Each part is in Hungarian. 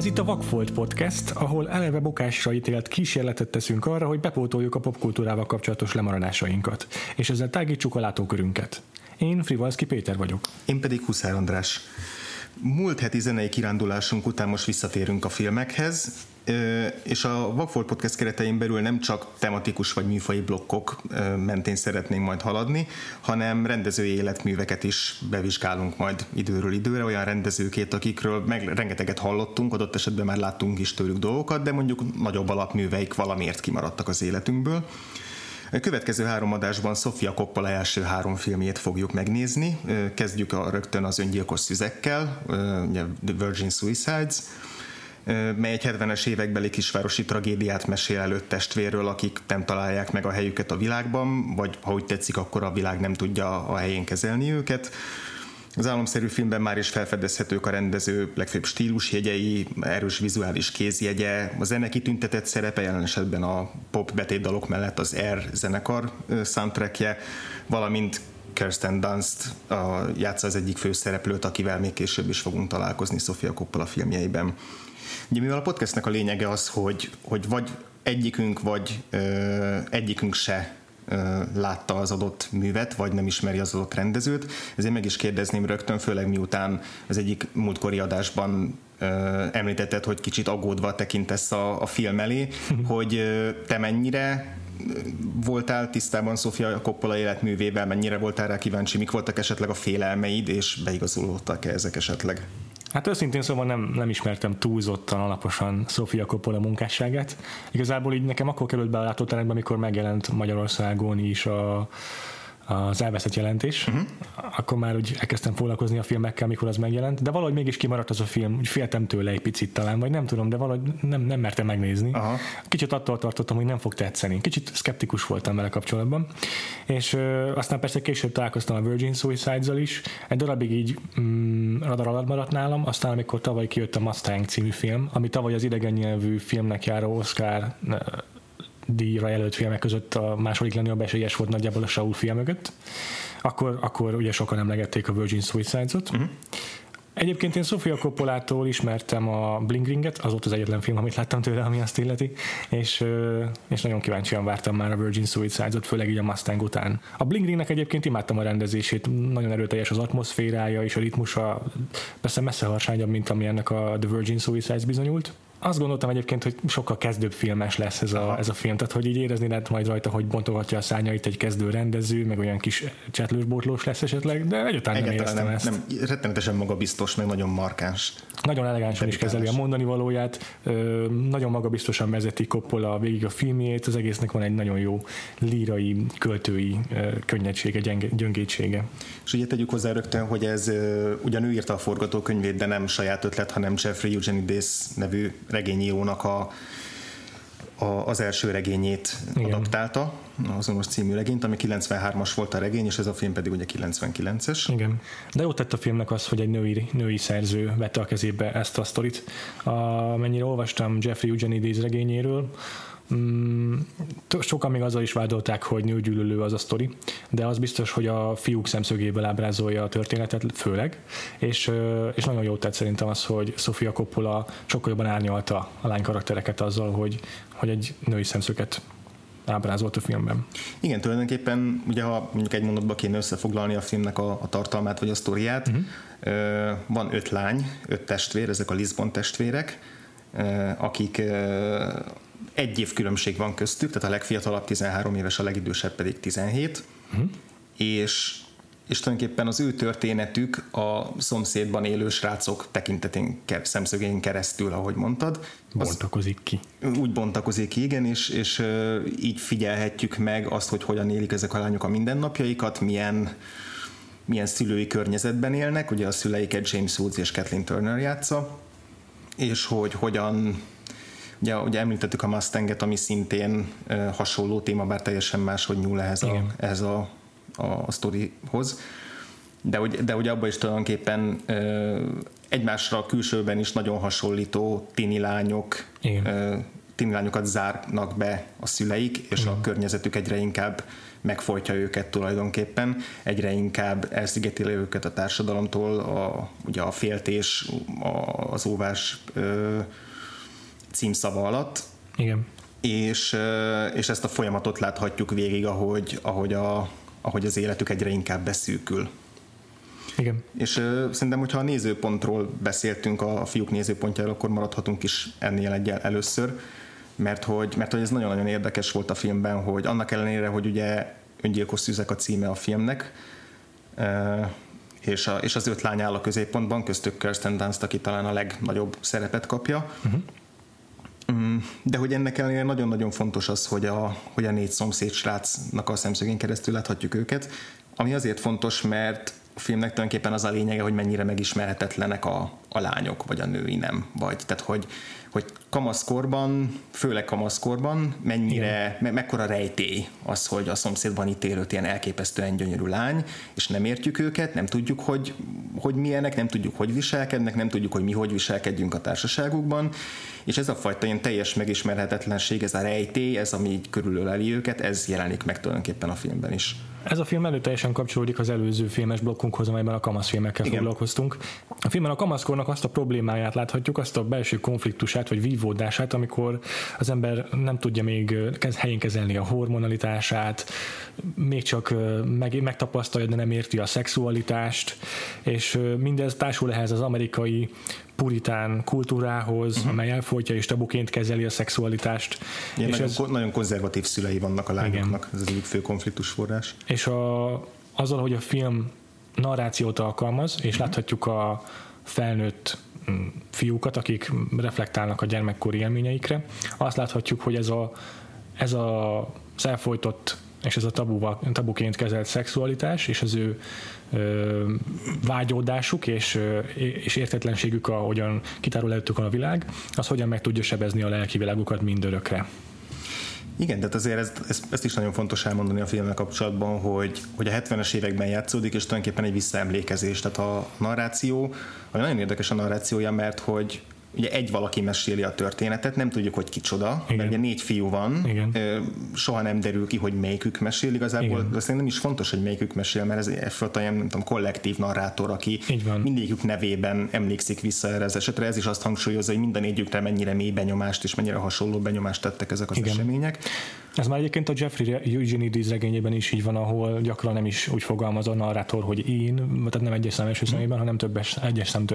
Ez itt a Vagfolt Podcast, ahol eleve bukásra ítélt kísérletet teszünk arra, hogy bepótoljuk a popkultúrával kapcsolatos lemaradásainkat, és ezzel tágítsuk a látókörünket. Én Frivalszki Péter vagyok. Én pedig Huszár András. Múlt heti zenei kirándulásunk után most visszatérünk a filmekhez, és a Vagfolt Podcast keretein belül nem csak tematikus vagy műfaji blokkok mentén szeretnénk majd haladni, hanem rendezői életműveket is bevizsgálunk majd időről időre, olyan rendezőkét, akikről meg rengeteget hallottunk, adott esetben már láttunk is tőlük dolgokat, de mondjuk nagyobb alapműveik valamiért kimaradtak az életünkből. A következő 3 adásban Sofia Coppola első 3 filmjét fogjuk megnézni. Kezdjük rögtön az Öngyilkos szüzekkel, The Virgin Suicides, mely egy 70-es évekbeli kisvárosi tragédiát mesél el 5 testvérről, akik nem találják meg a helyüket a világban, vagy ha úgy tetszik, akkor a világ nem tudja a helyén kezelni őket. Az álomszerű filmben már is felfedezhetők a rendező legfőbb stílusjegyei, erős vizuális kézjegye, a zene kitüntetett szerepe, jelen esetben a pop betétdalok mellett az Air zenekar soundtrackje, valamint Kirsten Dunst játsza az egyik főszereplőt, akivel még később is fogunk találkozni Sofia Coppola filmjeiben. Ugye, mivel a podcastnek a lényege az, hogy vagy egyikünk, vagy egyikünk se látta az adott művet, vagy nem ismeri az adott rendezőt, ezért meg is kérdezném rögtön, főleg miután az egyik múltkori adásban említetted, hogy kicsit aggódva tekintesz a film elé, hogy te mennyire voltál tisztában Sofia Coppola életművével, mennyire voltál rá kíváncsi, mik voltak esetleg a félelmeid, és beigazolódtak-e ezek esetleg? Hát őszintén szóval nem ismertem túlzottan alaposan Sofia Coppola munkásságát. Igazából így nekem akkor került be a látóterembe, amikor megjelent Magyarországon is az elveszett jelentés. Akkor már úgy elkezdtem foglalkozni a filmekkel, mikor az megjelent, de valahogy mégis kimaradt az a film, úgy féltem tőle egy picit talán, vagy nem tudom, de valahogy nem mertem megnézni. Aha. Kicsit attól tartottam, hogy nem fog tetszeni. Kicsit szkeptikus voltam vele kapcsolatban. És aztán persze később találkoztam a Virgin Suicides-zal is. Egy darabig így radar alatt maradt nálam, aztán amikor tavaly kijött a Mustang című film, ami tavaly az idegen nyelvű filmnek járó Oscar díjra jelölt filmek között a második legnagyobb esélyes volt nagyjából a Saul film mögött, akkor ugye sokan emlegették a Virgin Suicides-ot. Egyébként én Sofia Coppolától ismertem a Bling Ringet, az volt az egyetlen film, amit láttam tőle, ami azt illeti, és nagyon kíváncsian vártam már a Virgin Suicides-ot, főleg így a Mustang után. A Bling Ringnek egyébként imádtam a rendezését, nagyon erőteljes az atmoszférája és a ritmusa, persze messze harsányabb, mint ami ennek a The Virgin Suicides bizonyult. Azt gondoltam egyébként, hogy sokkal kezdőbb filmes lesz ez a film, tehát hogy így érezni lehet majd rajta, hogy bontogatja a szárnyait egy kezdő rendező, meg olyan kis csetlős-bótlós lesz esetleg, de egyáltalán nem éreztem ezt. Nem, rettenetesen magabiztos, meg nagyon markáns. Nagyon elegánsan is kezeli a mondani valóját, nagyon magabiztosan vezeti Coppola végig a filmjét, az egésznek van egy nagyon jó lírai, költői könnyedsége, gyöngétsége. És ugye tegyük hozzá rögtön, hogy ez ugyan ő írta a forgatókönyvét, de nem saját ötlet, hanem Jeffrey Eugenides nevű regényírónak az első regényét adaptálta, azonos című regényt, ami 93-as volt a regény, és ez a film pedig ugye 99-es. Igen. De jó tett a filmnek az, hogy egy női szerző vette a kezébe ezt a sztorit. Mennyire olvastam Jeffrey Eugenides regényéről, sokan még azzal is vádolták, hogy nőgyűlölő az a sztori, de az biztos, hogy a fiúk szemszögéből ábrázolja a történetet főleg, és nagyon jó tett szerintem az, hogy Sofia Coppola sokkal jobban árnyalta a lány karaktereket azzal, hogy egy női szemszöget ábrázolt a filmben. Igen, tulajdonképpen ugye ha mondjuk egy mondatba kéne összefoglalni a filmnek a tartalmát vagy a sztoriát, van 5 lány, 5 testvér, ezek a Lisbon testvérek, akik egy év különbség van köztük, tehát a legfiatalabb 13 éves, a legidősebb pedig 17, és tulajdonképpen az ő történetük a szomszédban élő srácok tekintetén, szemszögén keresztül, ahogy mondtad. Bontakozik ki. Úgy bontakozik ki, igen, és így figyelhetjük meg azt, hogy hogyan élik ezek a lányok a mindennapjaikat, milyen szülői környezetben élnek, ugye a szüleiket James Woods és Kathleen Turner játsza, és hogy hogyan. Ugye említettük a Mustanget, ami szintén hasonló téma, bár teljesen máshogy nyúl ehhez a sztorihoz. De ugye abban is tulajdonképpen egymásra külsőben is nagyon hasonlító tini lányok lányokat zárnak be a szüleik, és a környezetük egyre inkább megfojtja őket tulajdonképpen, egyre inkább elszigeteli őket a társadalomtól, ugye a féltés, az óvás címszava alatt. Igen. És ezt a folyamatot láthatjuk végig, ahogy az életük egyre inkább beszűkül. Igen. És szerintem, hogyha a nézőpontról beszéltünk, a fiúk nézőpontjáról, akkor maradhatunk is ennél először, mert hogy ez nagyon-nagyon érdekes volt a filmben, hogy annak ellenére, hogy ugye Öngyilkos szüzek a címe a filmnek, és az 5 lány áll a középpontban, köztük Kirsten Dunst, aki talán a legnagyobb szerepet kapja. De hogy ennek ellenére nagyon-nagyon fontos az, hogy a 4 szomszéd srácnak a szemszögén keresztül láthatjuk őket, ami azért fontos, mert a filmnek tulajdonképpen az a lényege, hogy mennyire megismerhetetlenek a lányok, vagy a női nem. Tehát, hogy kamaszkorban, főleg kamaszkorban mekkora rejtély az, hogy a szomszédban itt élő ilyen elképesztően gyönyörű lány, és nem értjük őket, nem tudjuk, hogy milyenek, nem tudjuk, hogy viselkednek, nem tudjuk, hogy mi hogy viselkedjünk a társaságukban, és ez a fajta ilyen teljes megismerhetetlenség, ez a rejtély, ez ami így körülöleli őket, ez jelenik meg tulajdonképpen a filmben is. Ez a film előteljesen kapcsolódik az előző filmes blokkunkhoz, amelyben a kamaszfilmekkel foglalkoztunk. A filmben a kamaszkornak azt a problémáját láthatjuk, azt a belső konfliktusát, vagy vívódását, amikor az ember nem tudja még helyén kezelni a hormonalitását, még csak megtapasztalja, de nem érti a szexualitást, és mindez társul ehhez az amerikai puritán kultúrához, amely elfolytja és tabuként kezeli a szexualitást. És nagyon konzervatív szülei vannak a lányoknak, ez az egyik fő konfliktusforrás. És azzal, hogy a film narrációt alkalmaz, és láthatjuk a felnőtt fiúkat, akik reflektálnak a gyermekkori élményeikre, azt láthatjuk, hogy ez az elfojtott és ez a tabuként kezelt szexualitás, és az ő vágyódásuk és értetlenségük, ahogyan kitárul előttük a világ, az hogyan meg tudja sebezni a lelki világukat mindörökre. Igen, tehát azért ezt is nagyon fontos elmondani a filmmel kapcsolatban, hogy a 70-es években játszódik, és tulajdonképpen egy visszaemlékezés. Tehát a narráció, nagyon érdekes a narrációja, mert hogy ugye egy valaki meséli a történetet, nem tudjuk, hogy kicsoda, mert ugye 4 fiú van, soha nem derül ki, hogy melyikük mesél igazából, de aztán nem is fontos, hogy melyikük mesél, mert ez egyfajta ilyen, nem tudom, kollektív narrátor, aki mindegyikük nevében emlékszik vissza erre az esetre, ez is azt hangsúlyozza, hogy mind a 4-ükre mennyire mély benyomást és mennyire hasonló benyomást tettek ezek az események. Ez már egyébként a Jeffrey Eugenides regényében is így van, ahol gyakran nem is úgy fogalmaz a narrátor, hogy én, tehát nem egyes szám első személyben, hanem egyes szám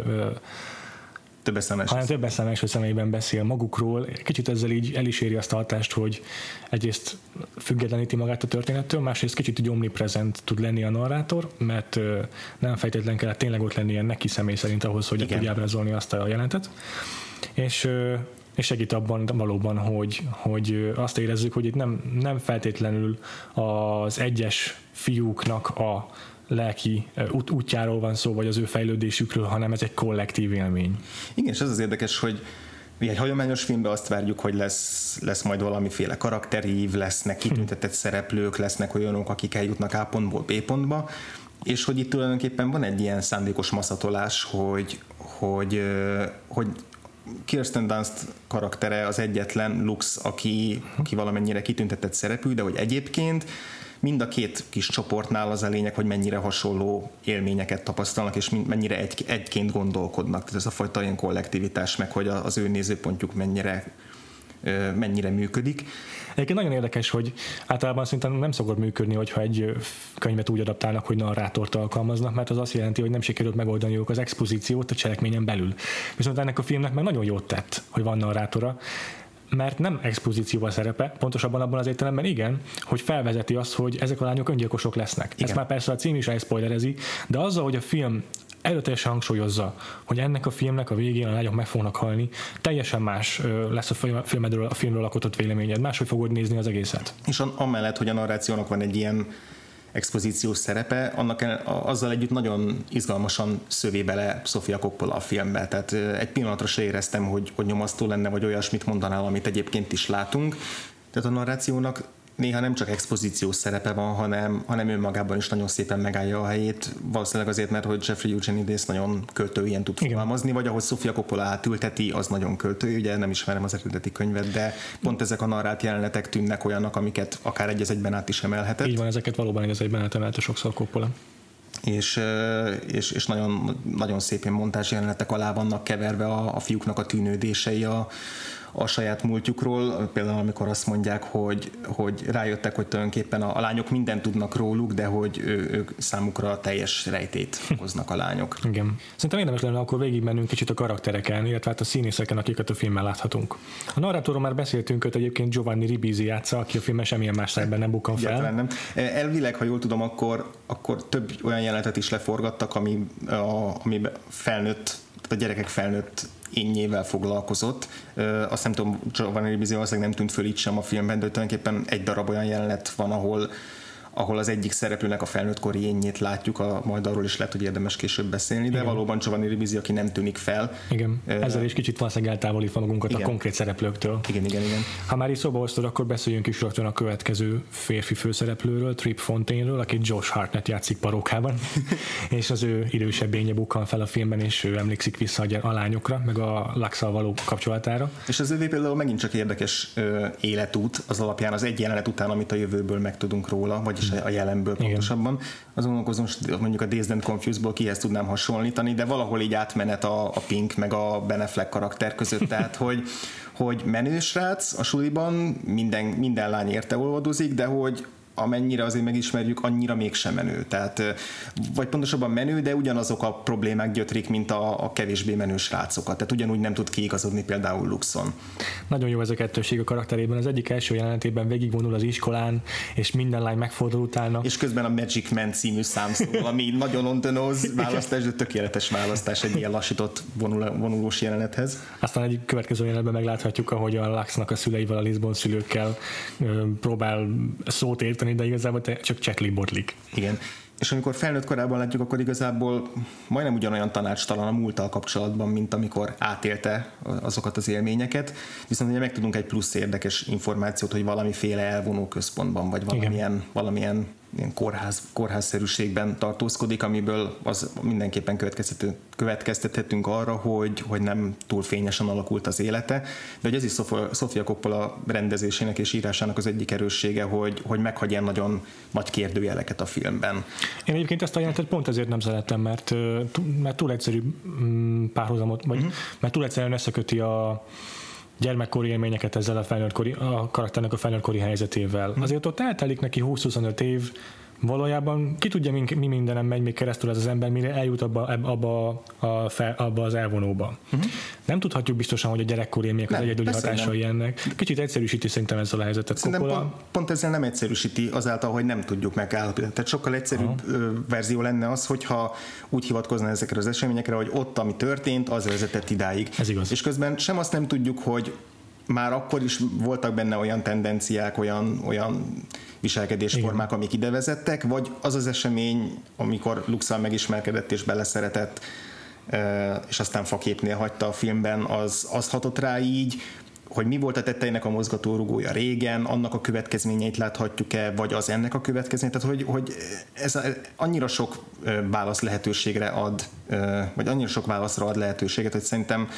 többes szám első személyben beszél magukról. Kicsit ezzel így el is éri azt a hatást, hogy egyrészt függetleníti magát a történettől, másrészt kicsit így omnipresent tud lenni a narrátor, mert nem feltétlen kellett tényleg ott lennie neki személy szerint ahhoz, hogy tudja ábrázolni azt a jelentet. És segít abban valóban, hogy azt érezzük, hogy itt nem feltétlenül az egyes fiúknak a lelki útjáról van szó, vagy az ő fejlődésükről, hanem ez egy kollektív élmény. Igen, és ez az érdekes, hogy egy hagyományos filmben azt várjuk, hogy lesz majd valamiféle karakterív, lesznek kitüntetett szereplők, lesznek olyanok, akik eljutnak A pontból B pontba, és hogy itt tulajdonképpen van egy ilyen szándékos maszatolás, hogy Kirsten Dunst karaktere az egyetlen Lux, aki valamennyire kitüntetett szereplő, de hogy egyébként mind a 2 kis csoportnál az a lényeg, hogy mennyire hasonló élményeket tapasztalnak, és mennyire egyként gondolkodnak. Tehát ez a fajta ilyen kollektivitás, meg hogy az ő nézőpontjuk mennyire működik. Egyébként nagyon érdekes, hogy általában szerintem nem szokott működni, hogyha egy könyvet úgy adaptálnak, hogy narrátort alkalmaznak, mert az azt jelenti, hogy nem sikerült megoldaniuk az expozíciót a cselekményen belül. Viszont ennek a filmnek meg nagyon jót tett, hogy van narrátora, mert nem expozícióval szerepe, pontosabban abban az értelemben igen, hogy felvezeti azt, hogy ezek a lányok öngyilkosok lesznek. Igen. Ezt már persze a cím is elspoilerezi, de azzal, hogy a film erőteljesen hangsúlyozza, hogy ennek a filmnek a végén a lányok meg fognak halni, teljesen más lesz a filmről alkotott véleményed, máshogy fogod nézni az egészet. És amellett, hogy a narrációnak van egy ilyen expozíciós szerepe, azzal együtt nagyon izgalmasan szövi bele Sofia Coppola a filmbe. Tehát egy pillanatra se éreztem, hogy nyomasztó lenne, vagy olyasmit mondanál, amit egyébként is látunk. Tehát a narrációnak néha nem csak expozíciós szerepe van, hanem önmagában is nagyon szépen megállja a helyét. Valószínűleg azért, mert hogy Jeffrey Eugenides nagyon költőien tud fogalmazni, vagy ahogy Sofia Coppola átülteti, az nagyon költői. Ugye nem ismerem az eredeti könyvet, de pont ezek a narrált jelenetek tűnnek olyannak, amiket akár egy egyben át is emelhetett. Így van, ezeket valóban egy egyben átemelte sokszor Coppola. És nagyon, nagyon szépen montázs jelenetek alá vannak keverve a fiúknak a tűnődései a saját múltjukról, például amikor azt mondják, hogy rájöttek, hogy tulajdonképpen a lányok mindent tudnak róluk, de hogy ők számukra teljes rejtét hoznak a lányok. Igen. Szerintem érdemes lenne akkor végigmennünk kicsit a karaktereken, illetve hát a színészeken, akiket a filmben láthatunk. A narrátorról már beszéltünk, hogy egyébként Giovanni Ribisi játsza, aki a filmben semmilyen más szerepben nem bukkan fel. Nem. Elvileg, ha jól tudom, akkor több olyan jelenetet is leforgattak, ami felnőtt, a gyerekek felnőtt énnyével foglalkozott. Azt nem tudom, Giovanni Ribisi valószínűleg nem tűnt föl itt sem a filmben, de tulajdonképpen egy darab olyan jelenet van, ahol az egyik szereplőnek a felnőttkori énnyét látjuk, majd arról is lehet, hogy érdemes később beszélni, de igen. Valóban Giovanni Ribisi, aki nem tűnik fel. Igen, ezzel is kicsit valószínűleg eltávolítva magunkat a konkrét szereplőktől. Igen. Ha már is szóba hoztad, akkor beszéljünk is rögtön a következő férfi főszereplőről, Trip Fontaine-ről, aki Josh Hartnett játszik parókában, és az ő idősebb énje bukkan fel a filmben, és ő emlékszik vissza a lányokra, meg a Lux-szal való kapcsolatára. És az ővé például megint csak érdekes életút, az alapján az egy jelenet után, amit a jövőből megtudunk róla, vagyis a jelenből pontosabban. Azon gondolkozom, mondjuk a Dazed and Confused-ból kihez tudnám hasonlítani, de valahol így átmenet a Pink meg a Ben Affleck karakter között, tehát hogy menő srác a suliban, minden lány érte olvadozik, de hogy amennyire azért megismerjük, annyira mégsem menő. Tehát, vagy pontosabban menő, de ugyanazok a problémák gyötrik, mint a kevésbé menő srácokat. Tehát ugyanúgy nem tud kiigazodni például Luxon. Nagyon jó ez a kettőség a karakterében. Az egyik első jelenetében végigvonul az iskolán, és minden lány megfordul utána. És közben a Magic Man című szám szól, ami nagyon on the nose választás, de tökéletes választás egy ilyen lassított vonulós jelenethez. Aztán egy következő jelenetben megláthatjuk, ahogy a Luxnak a szüleivel, a Lisbon szülőkkel próbál szót érteni, de igazából csak csekli-botlik. Igen. És amikor felnőtt korában látjuk, akkor igazából majdnem ugyanolyan tanácstalan a múlttal kapcsolatban, mint amikor átélte azokat az élményeket. Viszont ugye megtudunk egy plusz érdekes információt, hogy valamiféle elvonó központban, vagy valamilyen ilyen kórházszerűségben tartózkodik, amiből az mindenképpen következtethetünk arra, hogy nem túl fényesen alakult az élete. De hogy ez is Sofia Coppola rendezésének és írásának az egyik erőssége, hogy meghagy ilyen nagyon nagy kérdőjeleket a filmben. Én egyébként ezt a jelentet pont ezért nem szerettem, mert túl egyszerű párhuzamot, vagy mert túl egyszerűen összeköti a gyermekkori élményeket ezzel a karakternek a felnőttkori helyzetével. Azért ott eltelik neki 20-25 év, valójában ki tudja, mi mindenem megy még keresztül ez az ember, mire eljut abba az elvonóba. Nem tudhatjuk biztosan, hogy a gyerekkori élmények az egyedüli hatásai ennek. Kicsit egyszerűsíti szerintem ezzel a helyzetet Coppola. Pont ezzel nem egyszerűsíti azáltal, hogy nem tudjuk megállapítani. Tehát sokkal egyszerűbb verzió lenne az, hogyha úgy hivatkozna ezekre az eseményekre, hogy ott, ami történt, az vezetett idáig. Ez igaz. És közben sem azt nem tudjuk, hogy már akkor is voltak benne olyan tendenciák, olyan viselkedésformák, amik ide vezettek, vagy az az esemény, amikor Luxal megismerkedett és beleszeretett, és aztán faképnél hagyta a filmben, az hatott rá így, hogy mi volt a tetteinek a mozgatórugója régen, annak a következményeit láthatjuk-e, vagy az ennek a következményeit, tehát hogy ez annyira sok válasz lehetőségre ad, vagy annyira sok válaszra ad lehetőséget, hogy szerintem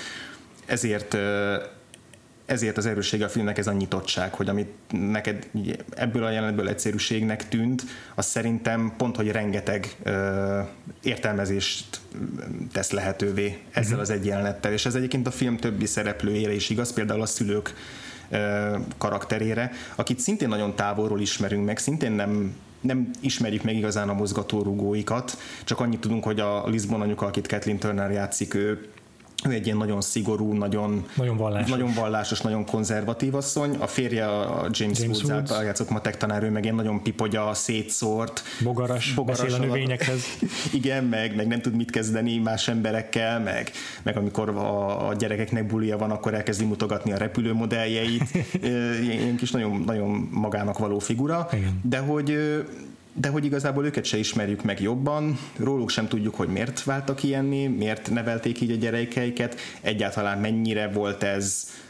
ezért az erőssége a filmnek ez a nyitottság, hogy amit neked ebből a jelenetből egyszerűségnek tűnt, az szerintem pont, hogy rengeteg értelmezést tesz lehetővé ezzel az egy jelenettel. És ez egyébként a film többi szereplőjére is igaz, például a szülők karakterére, akit szintén nagyon távolról ismerünk meg, szintén nem ismerjük meg igazán a mozgatórugóikat, csak annyit tudunk, hogy a Lisbon anyuka, akit Kathleen Turner játszik, ő egy ilyen nagyon szigorú, nagyon vallásos, nagyon konzervatív asszony. A férje a James Woods által játszott matek tanár, ő meg ilyen nagyon pipogya, szétszórt, bogaras beszél a növényekhez. Igen, meg nem tud mit kezdeni más emberekkel, meg amikor a gyerekeknek bulia van, akkor elkezdi mutogatni a repülő modelljeit. Ilyen kis nagyon, nagyon magának való figura. Igen. De hogy igazából őket se ismerjük meg jobban, róluk sem tudjuk, hogy miért váltak ilyenné, miért nevelték így a gyerekeiket, egyáltalán mennyire volt ez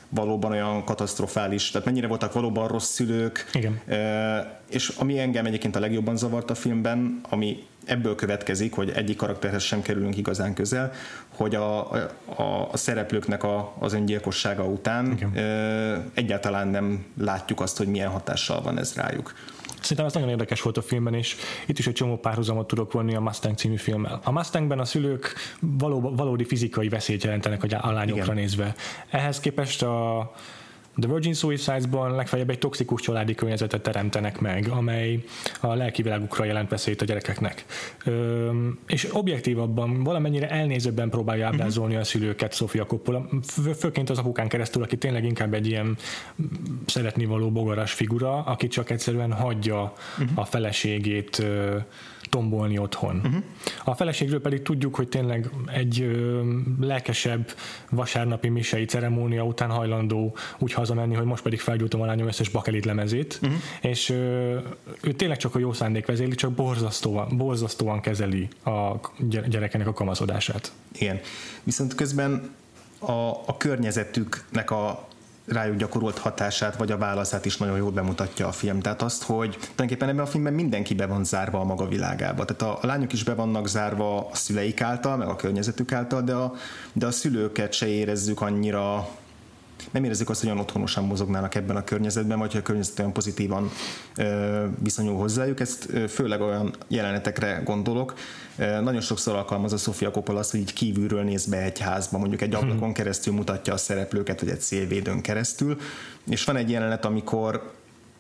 valóban olyan katasztrofális, tehát mennyire voltak valóban rossz szülők. Igen. És ami engem egyébként a legjobban zavart a filmben, ami ebből következik, hogy egyik karakterhez sem kerülünk igazán közel, hogy a szereplőknek az öngyilkossága után egyáltalán nem látjuk azt, hogy milyen hatással van ez rájuk. Szerintem ez nagyon érdekes volt a filmben, és itt is egy csomó párhuzamot tudok vonni a Mustang című filmmel. A Mustangben a szülők valódi fizikai veszélyt jelentenek a lányokra nézve. Ehhez képest a The Virgin Suicides-ban legfeljebb egy toxikus családi környezetet teremtenek meg, amely a lelki világukra jelent veszélyt a gyerekeknek. És objektívabban, valamennyire elnézőbben próbálja ábrázolni a szülőket Sofia Coppola, főként az apukán keresztül, aki tényleg inkább egy ilyen szeretnivaló bogaras figura, aki csak egyszerűen hagyja a feleségét tombolni otthon. A feleségről pedig tudjuk, hogy tényleg egy lelkesebb vasárnapi misei ceremónia után hajlandó úgy hazamenni, hogy most pedig felgyújtom a lányom összes bakelit lemezét, és ő tényleg csak a jó szándék vezéli, csak borzasztóan kezeli a gyerekének a kamaszodását. Igen. Viszont közben a környezetüknek a rájuk gyakorolt hatását, vagy a válaszát is nagyon jól bemutatja a film. Tehát azt, hogy tulajdonképpen ebben a filmben mindenki be van zárva a maga világába. Tehát a lányok is be vannak zárva a szüleik által, meg a környezetük által, de a szülőket se érezzük annyira, nem érezzük azt, hogy olyan otthonosan mozognának ebben a környezetben, vagy hogy a környezet olyan pozitívan viszonyul hozzájuk. Ezt főleg olyan jelenetekre gondolok. Nagyon sokszor alkalmaz a Sofia Coppola azt, hogy így kívülről néz be egy házba, mondjuk egy ablakon keresztül mutatja a szereplőket, vagy egy szélvédőn keresztül. És van egy jelenet, amikor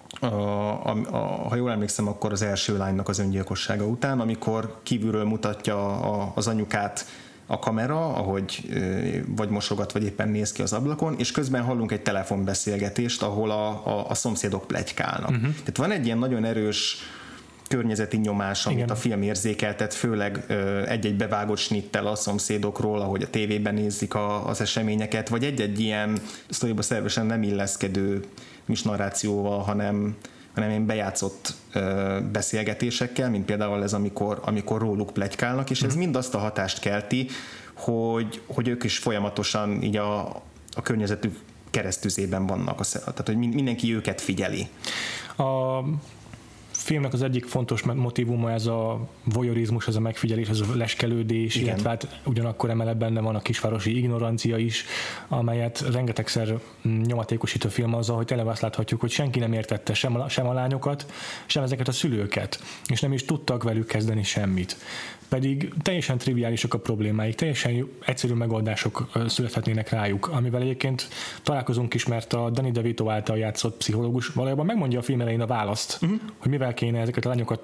ha jól emlékszem, akkor az első lánynak az öngyilkossága után, amikor kívülről mutatja az anyukát a kamera, ahogy vagy mosogat, vagy éppen néz ki az ablakon, és közben hallunk egy telefonbeszélgetést, ahol a szomszédok pletykálnak. Tehát van egy ilyen nagyon erős környezeti nyomás, amit igen, a film érzékeltet, főleg egy-egy bevágott snittel a szomszédokról, ahogy a tévében nézik az eseményeket, vagy egy-egy ilyen sztoriba szervesen nem illeszkedő narrációval, hanem én bejátszott beszélgetésekkel, mint például ez, amikor róluk pletykálnak, és ez mind azt a hatást kelti, hogy ők is folyamatosan így a környezetük keresztüzében vannak, tehát hogy mindenki őket figyeli. A filmnek az egyik fontos motívuma ez a voyeurizmus, ez a megfigyelés, ez a leskelődés, igen, illetve hát ugyanakkor emellett benne van a kisvárosi ignorancia is, amelyet rengetegszer nyomatékosít a film azzal, hogy tényleg azt láthatjuk, hogy senki nem értette sem a lányokat, sem ezeket a szülőket, és nem is tudtak velük kezdeni semmit. Pedig teljesen triviálisak a problémáik, teljesen egyszerű megoldások születhetnének rájuk, amivel egyébként találkozunk is, mert a Danny DeVito által játszott pszichológus valójában megmondja a film elején a választ, hogy mivel kéne ezeket a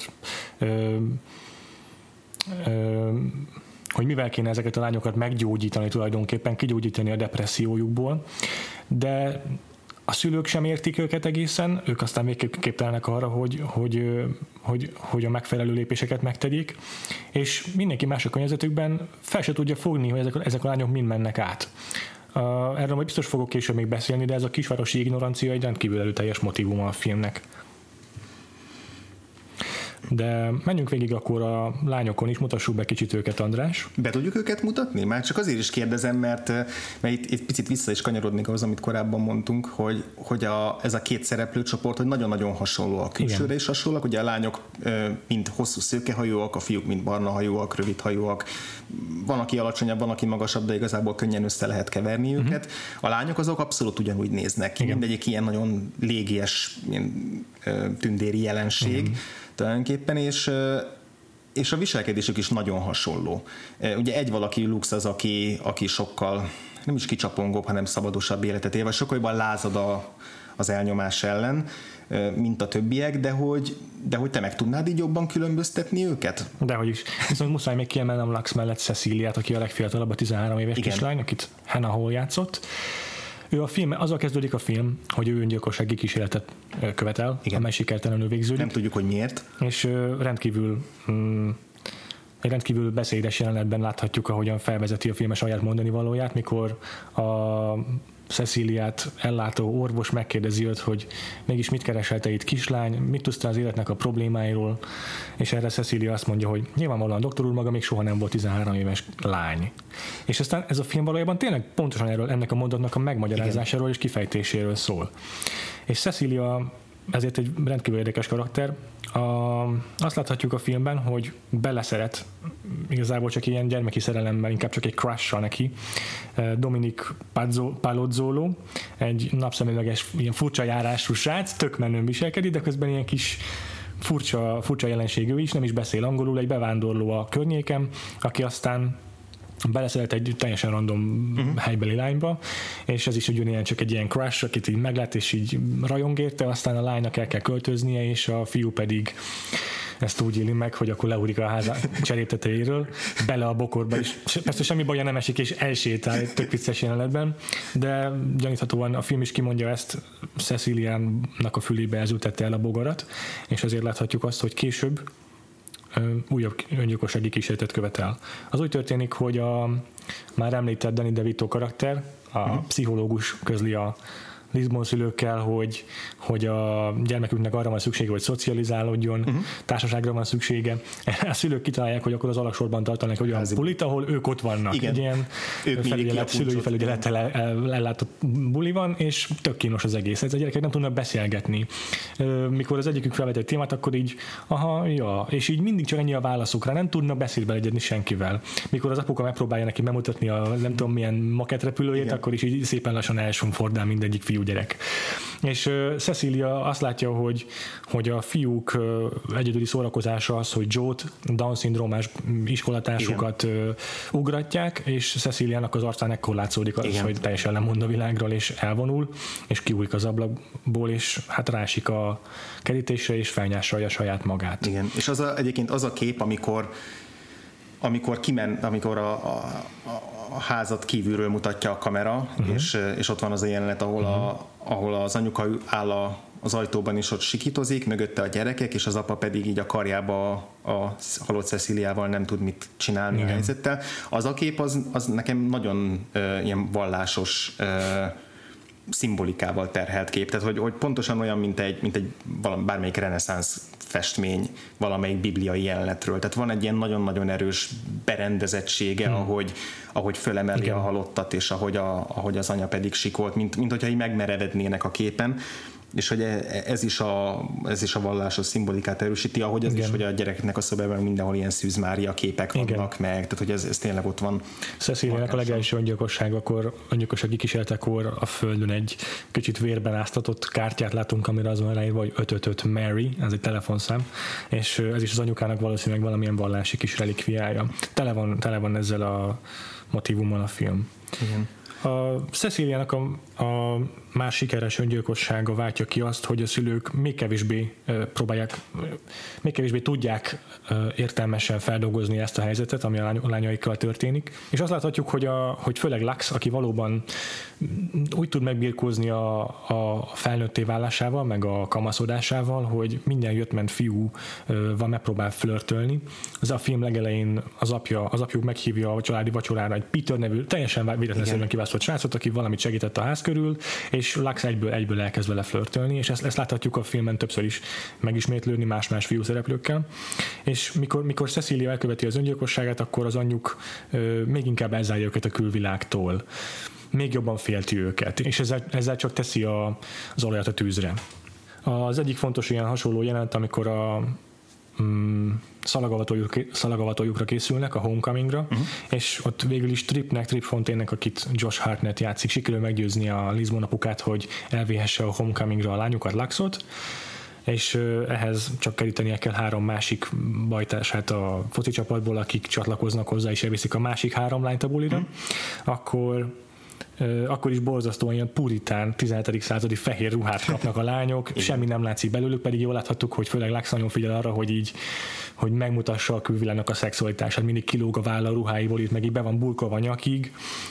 lányokat meggyógyítani tulajdonképpen, kigyógyítani a depressziójukból, de a szülők sem értik őket egészen, ők aztán még képtelenek arra, hogy a megfelelő lépéseket megtegyék, és mindenki más a környezetükben fel se tudja fogni, hogy ezek a lányok mind mennek át. Erről majd biztos fogok később még beszélni, de ez a kisvárosi ignorancia egy rendkívül erőteljes motívuma a filmnek. De menjünk végig akkor a lányokon is, mutassuk be kicsit őket, András. Be tudjuk őket mutatni? Már csak azért is kérdezem, mert itt picit vissza is kanyarodnék ahhoz, amit korábban mondtunk, hogy ez a két szereplőcsoport, hogy nagyon-nagyon hasonló a külsőre is hasonlóak. Ugye a lányok mind hosszú szőkehajúak, a fiúk mind barnahajúak, rövidhajúak. Van, aki alacsonyabb, van, aki magasabb, de igazából könnyen össze lehet keverni őket. A lányok azok abszolút ugyanúgy néznek ki. Mindegyik ilyen nagyon légies, ilyen tündéri jelenség tulajdonképpen, és a viselkedésük is nagyon hasonló. Ugye egy valaki, Lux az, aki sokkal nem is kicsapongóbb, hanem szabadosabb életet él, vagy sokkal jobban lázad az elnyomás ellen, mint a többiek, de hogy te meg tudnád így jobban különböztetni őket? Dehogy is. Viszont muszáj még kiemelnem Lux mellett Cecíliát, aki a legfiatalabb, a 13 éves kislány, akit Hannah Hall játszott. Ő a film, azzal kezdődik a film, hogy ő öngyilkossági kísérletet követel, amely sikertelenül végződik. Nem tudjuk, hogy miért. És egy rendkívül beszédes jelenetben láthatjuk, ahogyan felvezeti a film a saját mondani valóját, mikor Ceciliát ellátó orvos megkérdezi őt, hogy mégis mit keresel te itt, kislány, mit tudsz az életnek a problémáiról, és erre Cecilia azt mondja, hogy nyilvánvalóan a doktor úr maga még soha nem volt 13 éves lány. És aztán ez a film valójában tényleg pontosan erről, ennek a mondatnak a megmagyarázásáról és kifejtéséről szól. És Cecilia ezért egy rendkívül érdekes karakter. Azt láthatjuk a filmben, hogy beleszeret, igazából csak ilyen gyermeki szerelemmel, inkább csak egy crush-sal neki, Dominic Palozzolo, egy napszemüveges, ilyen furcsa járású srác, tök menőn viselkedik, de közben ilyen kis furcsa jelenségű is, nem is beszél angolul, egy bevándorló a környéken, aki aztán beleszeret egy teljesen random helybeli lányba, és ez is ugyanilyen csak egy ilyen crush, akit így meglát, és így rajong érte, aztán a lánynak el kell költöznie, és a fiú pedig ezt úgy éli meg, hogy akkor leúrik a ház cseréptetejéről, bele a bokorba, és persze semmi baja nem esik, és elsétál egy tök vicces jelenetben, de gyaníthatóan a film is kimondja ezt, Ceciliának a fülébe ezültette el a bogarat, és azért láthatjuk azt, hogy később újabb öngyilkossági kísérletet követel. Az úgy történik, hogy a már említett Danny DeVito karakter, a pszichológus közli a Lisbon szülőkkel, hogy a gyermeküknek arra van szüksége, hogy szocializálódjon, társaságra van szüksége. A szülők kitalálják, hogy akkor az alaksorban tartanak olyan bulit, ahol ők ott vannak. Igen. Egy ilyen szülői felügyelettel ellátott buli van, és tök kínos az egész. Ez a gyerekek nem tudnak beszélgetni. Mikor az egyikük felvet egy témát, akkor így és így mindig csak ennyi a válaszukra, nem tudnak beszélbe egyedni senkivel. Mikor az apuka megpróbálja neki bemutatni a nem tudom milyen maketrepülőjét, akkor is így szépen lassan elsumfordál mindegyik fiúgyerek. És Cecilia azt látja, hogy a fiúk egyedüli szórakozása az, hogy Joe-t, Down-szindrómás iskolatársukat ugratják, és Ceciliának az arcán ekkor látszódik az, hogy teljesen lemond a világról, és elvonul, és kiújik az ablakból, és hát rásik a kerítésre, és felnyásolja saját magát. Igen, és egyébként az a kép, amikor a házat kívülről mutatja a kamera, és ott van az a jelenet, ahol az anyuka áll az ajtóban, és ott sikítozik, mögötte a gyerekek, és az apa pedig így a karjába a halott Ceciliával nem tud mit csinálni a helyzettel. Az a kép, az nekem nagyon ilyen vallásos szimbolikával terhelt kép, tehát hogy pontosan olyan, mint egy bármelyik reneszánsz festmény valamelyik bibliai jelenetről. Tehát van egy ilyen nagyon-nagyon erős berendezettsége, ahogy fölemeli a halottat, és ahogy az anya pedig sikolt, mint hogyha így megmerevednének a képen. És hogy ez is a vallásos szimbolikát erősíti, ahogy az is, hogy a gyereknek a szobában mindenhol ilyen Szűz Mária képek vannak meg, tehát hogy ez tényleg ott van. Ceciliának a legelső öngyilkossági kísérletekor a földön egy kicsit vérben áztatott kártyát látunk, amire azon ráírva, hogy 555 Mary, ez egy telefonszám, és ez is az anyukának valószínűleg valamilyen vallási kis relikviája. Tele van ezzel a motivummal a film. Igen. A Ceciliának a már sikeres öngyilkossága váltja ki azt, hogy a szülők még kevésbé tudják értelmesen feldolgozni ezt a helyzetet, ami a lányaikkal történik. És azt láthatjuk, hogy főleg Lux, aki valóban úgy tud megbirkózni a felnőtté válásával, meg a kamaszodásával, hogy minden jött-ment fiúval megpróbál flörtölni. Az a film legelején az apjuk meghívja a családi vacsorára egy Peter nevű, teljesen véletlenszerűen kiválasztott srácot, aki valamit segített a ház körül, és Lux egyből elkezd vele flörtölni, és ezt láthatjuk a filmen többször is megismétlődni más fiú szereplőkkel. És mikor Cecilia elköveti az öngyilkosságát, akkor az anyjuk még inkább elzárja őket a külvilágtól. Még jobban félti őket, és ezzel csak teszi az olajat a tűzre. Az egyik fontos ilyen hasonló jelent, amikor a szalagavatójukra készülnek, a Homecomingra, és ott végül is Trip Fontainenek, akit Josh Hartnett játszik, sikerül meggyőzni a Lisbon apukát, hogy elvéhesse a Homecomingra a lányukat, Luxot, és ehhez csak kerítenie kell 3 másik bajtársát a foci csapatból, akik csatlakoznak hozzá, és elviszik a másik 3 lányt a bulira, akkor is borzasztóan ilyen puritán 17. századi fehér ruhát kapnak a lányok, semmi nem látszik belőlük, pedig jól láthattuk, hogy főleg Lux nagyon figyel arra, hogy megmutassa a külvilágnak a szexualitását, mindig kilóg a válla a ruháiból, itt meg így be van burkolva nyakig,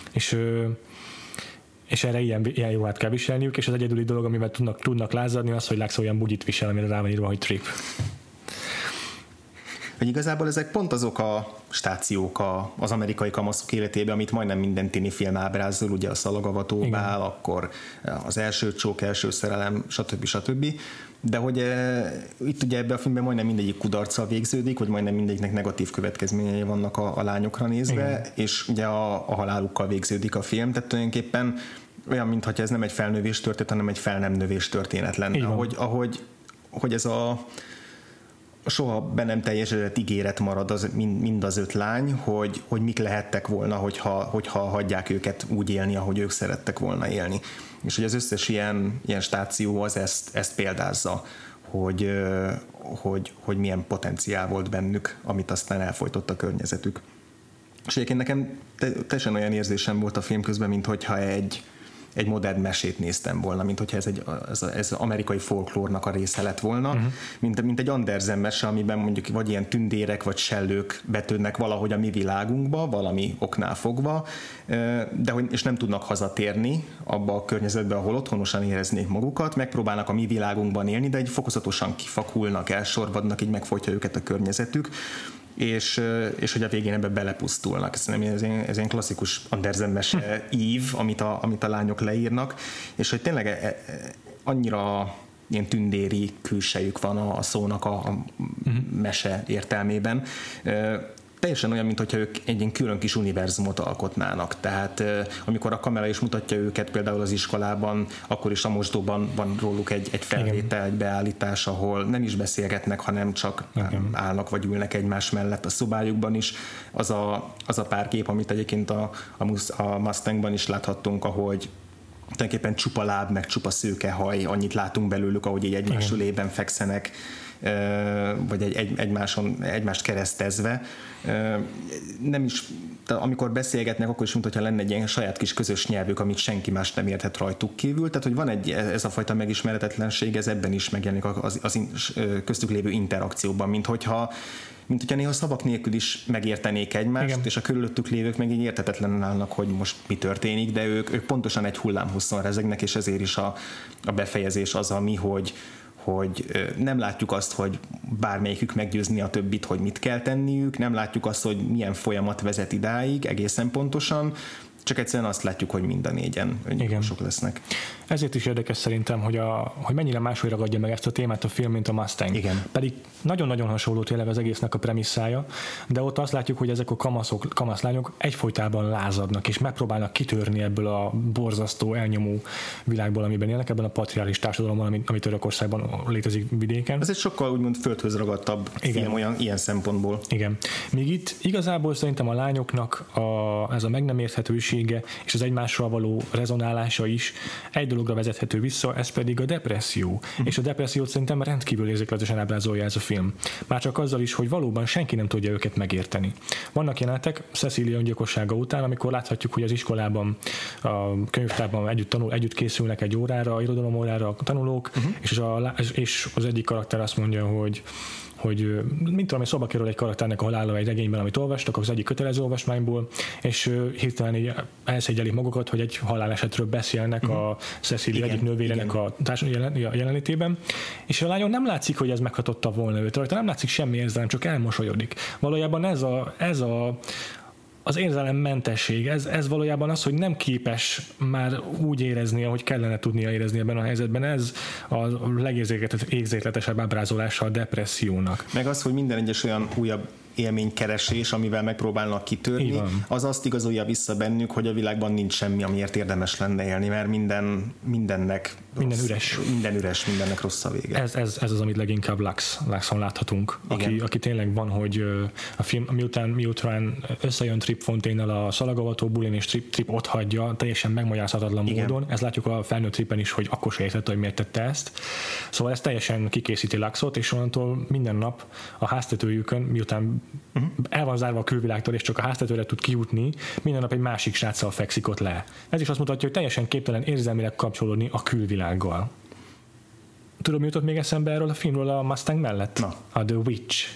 és erre ilyen ruhát kell viselniük, és az egyedüli dolog, amivel tudnak lázadni, az, hogy Lux olyan bugyit visel, amire rá van írva, hogy Trip. hogy igazából ezek pont azok a stációk az amerikai kamaszok életében, amit majdnem minden tini film ábrázol, ugye a Szalagavató bál, akkor az első csók, első szerelem, stb. De hogy itt ugye ebben a filmben majdnem mindegyik kudarccal végződik, vagy majdnem mindegyiknek negatív következményei vannak a lányokra nézve, igen. És ugye a halálukkal végződik a film, tehát tulajdonképpen olyan, mintha ez nem egy felnövés történet, hanem egy fel nem növés történet lenne. Hogy ez a soha be nem teljesedett ígéret marad mind az 5 lány, hogy mik lehettek volna, hogyha hagyják őket úgy élni, ahogy ők szerettek volna élni. És hogy az összes ilyen stáció az ezt példázza, hogy milyen potenciál volt bennük, amit aztán elfojtott a környezetük. És egyébként nekem teljesen olyan érzésem volt a film közben, minthogyha egy modern mesét néztem volna, mint hogyha ez amerikai folklórnak a része lett volna, mint egy Andersen mese, amiben mondjuk vagy ilyen tündérek, vagy sellők betődnek valahogy a mi világunkba, valami oknál fogva, és nem tudnak hazatérni abba a környezetbe, ahol otthonosan éreznék magukat, megpróbálnak a mi világunkban élni, de egy fokozatosan kifakulnak, elsorvadnak, így megfojtja őket a környezetük, és hogy a végén ebbe belepusztulnak. Szerintem ez ilyen klasszikus Andersen mese ív, amit a lányok leírnak, és hogy tényleg annyira ilyen tündéri külsejük van a szónak a mese értelmében. Teljesen olyan, mintha ők egy ilyen külön kis univerzumot alkotnának. Tehát amikor a kamera is mutatja őket például az iskolában, akkor is a mosdóban van róluk egy felvétel, egy beállítás, ahol nem is beszélgetnek, hanem csak állnak vagy ülnek egymás mellett a szobájukban is. Az a pár kép, amit egyébként a Mustangban is láthattunk, ahogy tulajdonképpen csupa láb, meg csupa szőkehaj, annyit látunk belőlük, ahogy így egymás ülében fekszenek, vagy egymást keresztezve. Nem is, amikor beszélgetnek, akkor is, mintha lenne egy ilyen saját kis közös nyelvük, amit senki más nem érthet rajtuk kívül. Tehát, hogy van ez a fajta megismeretetlenség, ez ebben is megjelenik az köztük lévő interakcióban, mint hogyha néha szavak nélkül is megértenék egymást, igen. És a körülöttük lévők meg így érthetetlenen állnak, hogy most mi történik, de ők pontosan egy hullámhosszon rezegnek, és ezért is a befejezés az, ami, hogy nem látjuk azt, hogy bármelyikük meggyőzni a többit, hogy mit kell tenniük, nem látjuk azt, hogy milyen folyamat vezet idáig egészen pontosan, csak egyszerűen azt látjuk, hogy mind a négyen öngyilkosok lesznek. Ezért is érdekes szerintem, hogy mennyire máshogy ragadja meg ezt a témát a film, mint a Mustang. Igen. Pedig nagyon-nagyon hasonló tényleg az egésznek a premisszája, de ott azt látjuk, hogy ezek a kamaszlányok egyfolytában lázadnak, és megpróbálnak kitörni ebből a borzasztó, elnyomó világból, amiben élnek, ebben a patriális társadalomban, ami Törökországban létezik vidéken. Ez egy sokkal úgymond földhöz ragadtabb film ilyen szempontból. Igen. Míg itt igazából szerintem a lányoknak ez a meg nem érthetősége és az egymással való rezonálása is egy dologra vezethető vissza, ez pedig a depresszió. És a depressziót szerintem rendkívül érzékletesen ábrázolja ez a film. Már csak azzal is, hogy valóban senki nem tudja őket megérteni. Vannak jelenetek Cecilia öngyilkossága után, amikor láthatjuk, hogy az iskolában, a könyvtárban együtt készülnek egy órára, irodalomórára a tanulók, és az egyik karakter azt mondja, hogy mint tudom, szóba kerül egy karakternek a halála egy regényben, amit olvastak, az egyik kötelező olvasmányból, és hirtelen így elszégyelik magukat, hogy egy halálesetről beszélnek a Cecilia egyik nővérének a jelenlétében, és a lányon nem látszik, hogy ez meghatotta volna őt, rajta nem látszik semmi érzelem, csak elmosolyodik. Valójában az érzelemmentesség, ez valójában az, hogy nem képes már úgy érezni, ahogy kellene tudnia érezni ebben a helyzetben, ez a legérzékletesebb ábrázolása a depressziónak. Meg az, hogy minden egyes olyan újabb élménykeresés, amivel megpróbálnak kitörni, az azt igazolja vissza bennük, hogy a világban nincs semmi, amiért érdemes lenne élni, mert mindennek mindennek rossz a vége. Ez az, amit leginkább Luxon láthatunk, aki tényleg van, hogy a film miután összejön Trip Fontaine-nel a Szalagavató bulin, és Trip ott hagyja, teljesen megmagyarázhatatlan módon. Ezt látjuk a felnőtt Tripen is, hogy akkor se értette, hogy miért tette ezt. Szóval ez teljesen kikészíti Luxot, és onnantól minden nap a háztetőjükön, miután el van zárva a külvilágtól, és csak a háztetőre tud kijutni, minden nap egy másik sráccal fekszik ott le. Ez is azt mutatja, hogy teljesen képtelen érzelmileg kapcsolódni a külvilággal. Tudom, jutott még eszembe erről a filmről a Mustang mellett? Na. A The Witch.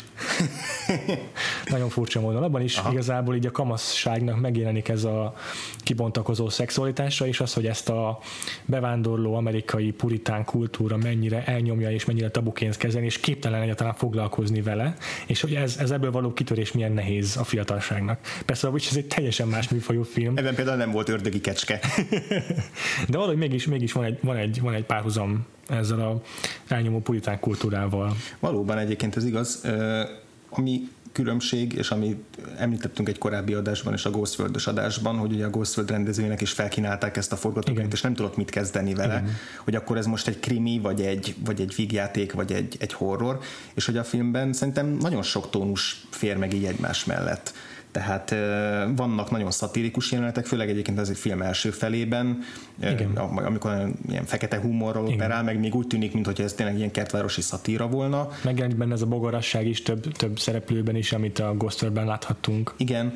Nagyon furcsa módon. Abban is igazából így a kamaszságnak megjelenik ez a kibontakozó szexualitásra, és az, hogy ezt a bevándorló amerikai puritán kultúra mennyire elnyomja, és mennyire tabuként kezelni, és képtelen egyáltalán foglalkozni vele, és hogy ez ebből való kitörés milyen nehéz a fiatalságnak. Persze a Witch ez egy teljesen más műfajú film. Ebben például nem volt ördögi kecske. De valahogy mégis van egy párhuzam ezzel a elnyomó puritán kultúrával. Valóban egyébként ez igaz. Ami különbség, és amit említettünk egy korábbi adásban és a Ghost World-ös adásban, hogy ugye a Ghost World rendezőinek is felkínálták ezt a forgatókönyvet, és nem tudott mit kezdeni vele, igen. Hogy akkor ez most egy krimi, vagy egy vígjáték, vagy egy horror, és hogy a filmben szerintem nagyon sok tónus fér meg így egymás mellett. Tehát vannak nagyon szatirikus jelenetek, főleg egyébként az egy film első felében, amikor ilyen fekete humorról operál, meg még úgy tűnik, mintha ez tényleg ilyen kertvárosi szatíra volna. Megjelent benne ez a bogarasság is több szereplőben is, amit a Ghost World-ben láthattunk. Igen,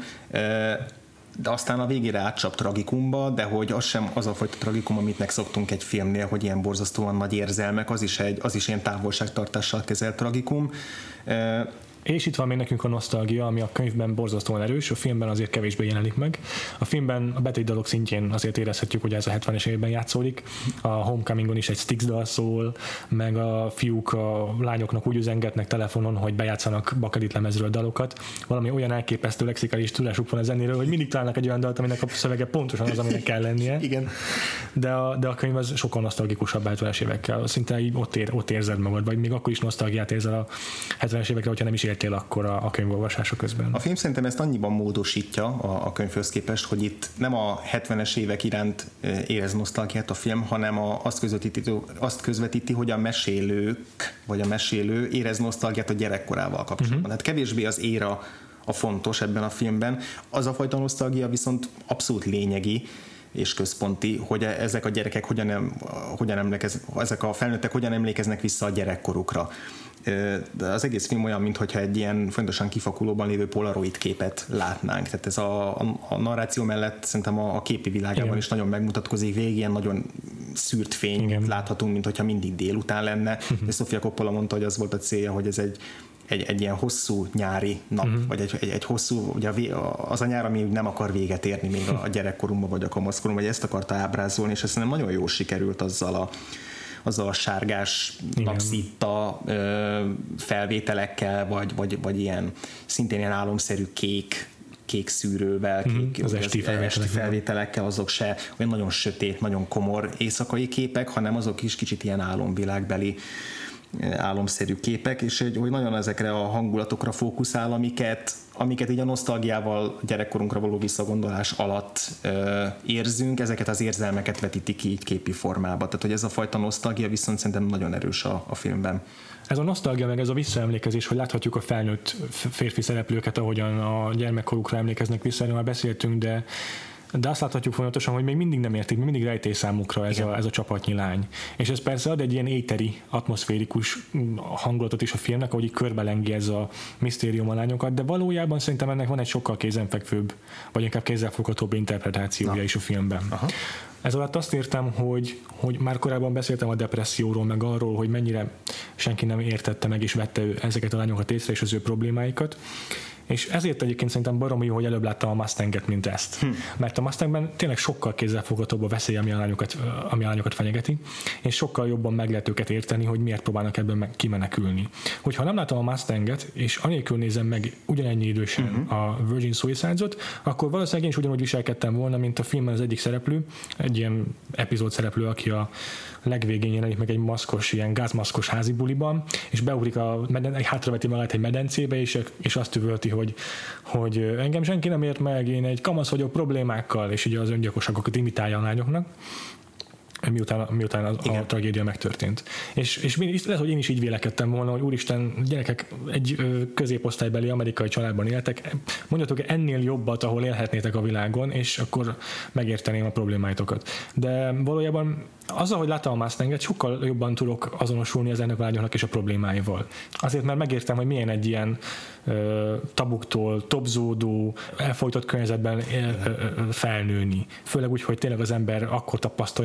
de aztán a végére átcsap tragikumba, de hogy az sem az a fajta tragikum, amit megszoktunk egy filmnél, hogy ilyen borzasztóan nagy érzelmek, az is ilyen távolságtartással kezelt tragikum. És itt van még nekünk a nosztalgia, ami a könyvben borzasztóan erős, a filmben azért kevésbé jelenik meg. A filmben a betétdalok szintjén azért érezhetjük, hogy ez a 70-es években játszódik. A Homecomingon is egy Styx dal szól, meg a fiúk a lányoknak úgy üzengetnek telefonon, hogy bejátszanak bakelit lemezről dalokat. Valami olyan elképesztő lexikális tudásuk van a zenéről, hogy mindig találnak egy olyan dalt, aminek a szövege pontosan az, aminek kell lennie. Igen. De a könyv az sokkal nosztalgikusabb 70-es évekkel. Szinte így ott érzed magad, vagy még akkor is nosztalgiát érzel a 70-es évekre, hogyha nem is éltél akkor a könyvolvasása közben. A film szerintem ezt annyiban módosítja a könyvhöz képest, hogy itt nem a 70-es évek iránt érez nosztalgiát a film, hanem azt közvetíti, hogy a mesélők, vagy a mesélő érez nosztalgiát a gyerekkorával kapcsolatban. Tehát kevésbé az éra a fontos ebben a filmben. Az a fajta nosztalgia viszont abszolút lényegi és központi, hogy ezek a gyerekek ezek a felnőttek hogyan emlékeznek vissza a gyerekkorukra. De az egész film olyan, mintha egy ilyen fontosan kifakulóban lévő polaroid képet látnánk. Tehát ez a narráció mellett szerintem a képi világában igen. is nagyon megmutatkozik, végig ilyen nagyon szűrt fény igen. láthatunk, mintha mindig délután lenne. És Sofia Coppola mondta, hogy az volt a célja, hogy ez egy ilyen hosszú nyári nap, vagy egy hosszú, ugye az a nyár, ami nem akar véget érni még a gyerekkorunkban, vagy a kamaszkorumban, vagy ezt akarta ábrázolni, és ez szerintem nagyon jól sikerült azzal a sárgás napszitta felvételekkel, vagy ilyen szintén ilyen álomszerű kék szűrővel, az esti felvételekkel, azok se olyan nagyon sötét, nagyon komor éjszakai képek, hanem azok is kicsit ilyen álomvilágbeli álomszerű képek, és hogy nagyon ezekre a hangulatokra fókuszál, amiket így a nosztalgiával gyerekkorunkra való visszagondolás alatt érzünk, ezeket az érzelmeket vetítik ki így képi formába. Tehát, hogy ez a fajta nosztalgia viszont szerintem nagyon erős a filmben. Ez a nosztalgia, meg ez a visszaemlékezés, hogy láthatjuk a felnőtt férfi szereplőket, ahogyan a gyermekkorukra emlékeznek vissza, erről már beszéltünk, de azt láthatjuk folyamatosan, hogy még mindig nem értik, még mindig rejtély számukra ez a csapatnyi lány. És ez persze ad egy ilyen éteri, atmoszférikus hangulatot is a filmnek, ahogy így körbelengi ez a misztérium a lányokat, de valójában szerintem ennek van egy sokkal kézenfekvőbb, vagy inkább kézzelfoghatóbb interpretációja is a filmben. Aha. Ez alatt azt értem, hogy már korábban beszéltem a depresszióról, meg arról, hogy mennyire senki nem értette meg és vette ezeket a lányokat észre és az ő problémáikat. És ezért egyébként szerintem baromi jó, hogy előbb láttam a Mustanget, mint ezt. Mert a Mustangben tényleg sokkal kézzelfoghatóbb a veszély, ami a lányokat fenyegeti, és sokkal jobban meg lehet őket érteni, hogy miért próbálnak ebből kimenekülni. Hogyha nem látom a Mustanget, és anélkül nézem meg ugyanennyi idősen a Virgin Suicides-ot, akkor valószínűleg én is ugyanúgy viselkedtem volna, mint a filmben az egyik szereplő, egy ilyen epizód szereplő, aki a legvégén jelenik meg egy maszkos, ilyen gázmaszkos házi buliban, és beugrik hátraveti magát egy medencébe, és azt üvölti, hogy engem senki nem ért meg, én egy kamasz vagyok problémákkal, és ugye az öngyilkosságokat imitálja a lányoknak, miután a tragédia megtörtént. És lehet, hogy én is így vélekedtem volna, hogy úristen, gyerekek egy középosztálybeli amerikai családban éltek, mondjatok ennél jobbat, ahol élhetnétek a világon, és akkor megérteném a problémáitokat. De valójában azzal, hogy láttam a Mustanget, sokkal jobban tudok azonosulni az ennek a lányoknak és a problémáival. Azért, mert megértem, hogy milyen egy ilyen tabuktól tobzódó, elfojtott környezetben felnőni. Főleg úgy, hogy tényleg az ember akkor tapasztalja meg először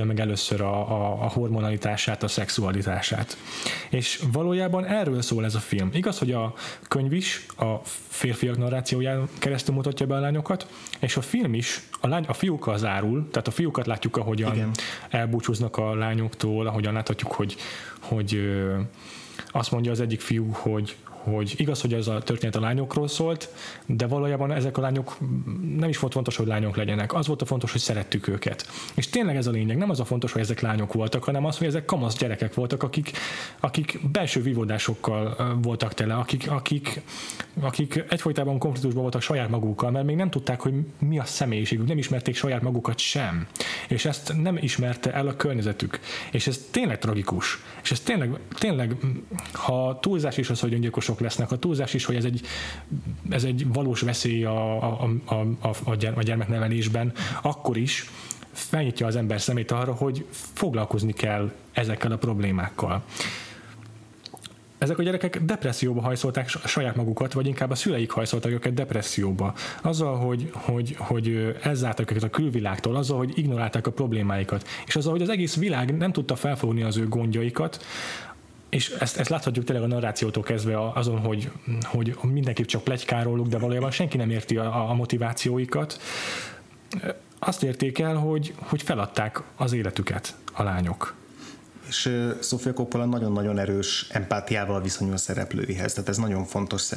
először a hormonalitását, a szexualitását. És valójában erről szól ez a film. Igaz, hogy a könyv is a férfiak narrációján keresztül mutatja be a lányokat, és a film is a fiúkkal zárul, tehát a fiúkat látjuk, ahogyan elbúcsúznak a lányoktól, ahogyan láthatjuk, hogy azt mondja az egyik fiú, hogy igaz, hogy ez a történet a lányokról szólt, de valójában ezek a lányok nem is volt fontos, hogy lányok legyenek. Az volt a fontos, hogy szerettük őket. És tényleg ez a lényeg. Nem az a fontos, hogy ezek lányok voltak, hanem az, hogy ezek kamasz gyerekek voltak, akik belső vívódásokkal voltak tele, akik egyfolytában konfliktusban voltak saját magukkal, mert még nem tudták, hogy mi a személyiségük, nem ismerték saját magukat sem. És ezt nem ismerte el a környezetük. És ez tényleg tragikus. És ez tényleg ha túlzás is az, hogy öngyilkosok lesznek, a túlzás is, hogy ez egy valós veszély a gyermeknevelésben, akkor is felnyitja az ember szemét arra, hogy foglalkozni kell ezekkel a problémákkal. Ezek a gyerekek depresszióba hajszolták saját magukat, vagy inkább a szüleik hajszolták őket depresszióba. Azzal, hogy elzárták őket a külvilágtól, azzal, hogy ignorálták a problémáikat, és azzal, hogy az egész világ nem tudta felfogni az ő gondjaikat, és ezt láthatjuk tényleg a narrációtól kezdve azon, hogy mindenki csak pletykál, de valójában senki nem érti a motivációikat. Azt érték el, hogy feladták az életüket a lányok. És Sofia Coppola nagyon-nagyon erős empátiával viszonyul a szereplőihez. Tehát ez nagyon fontos,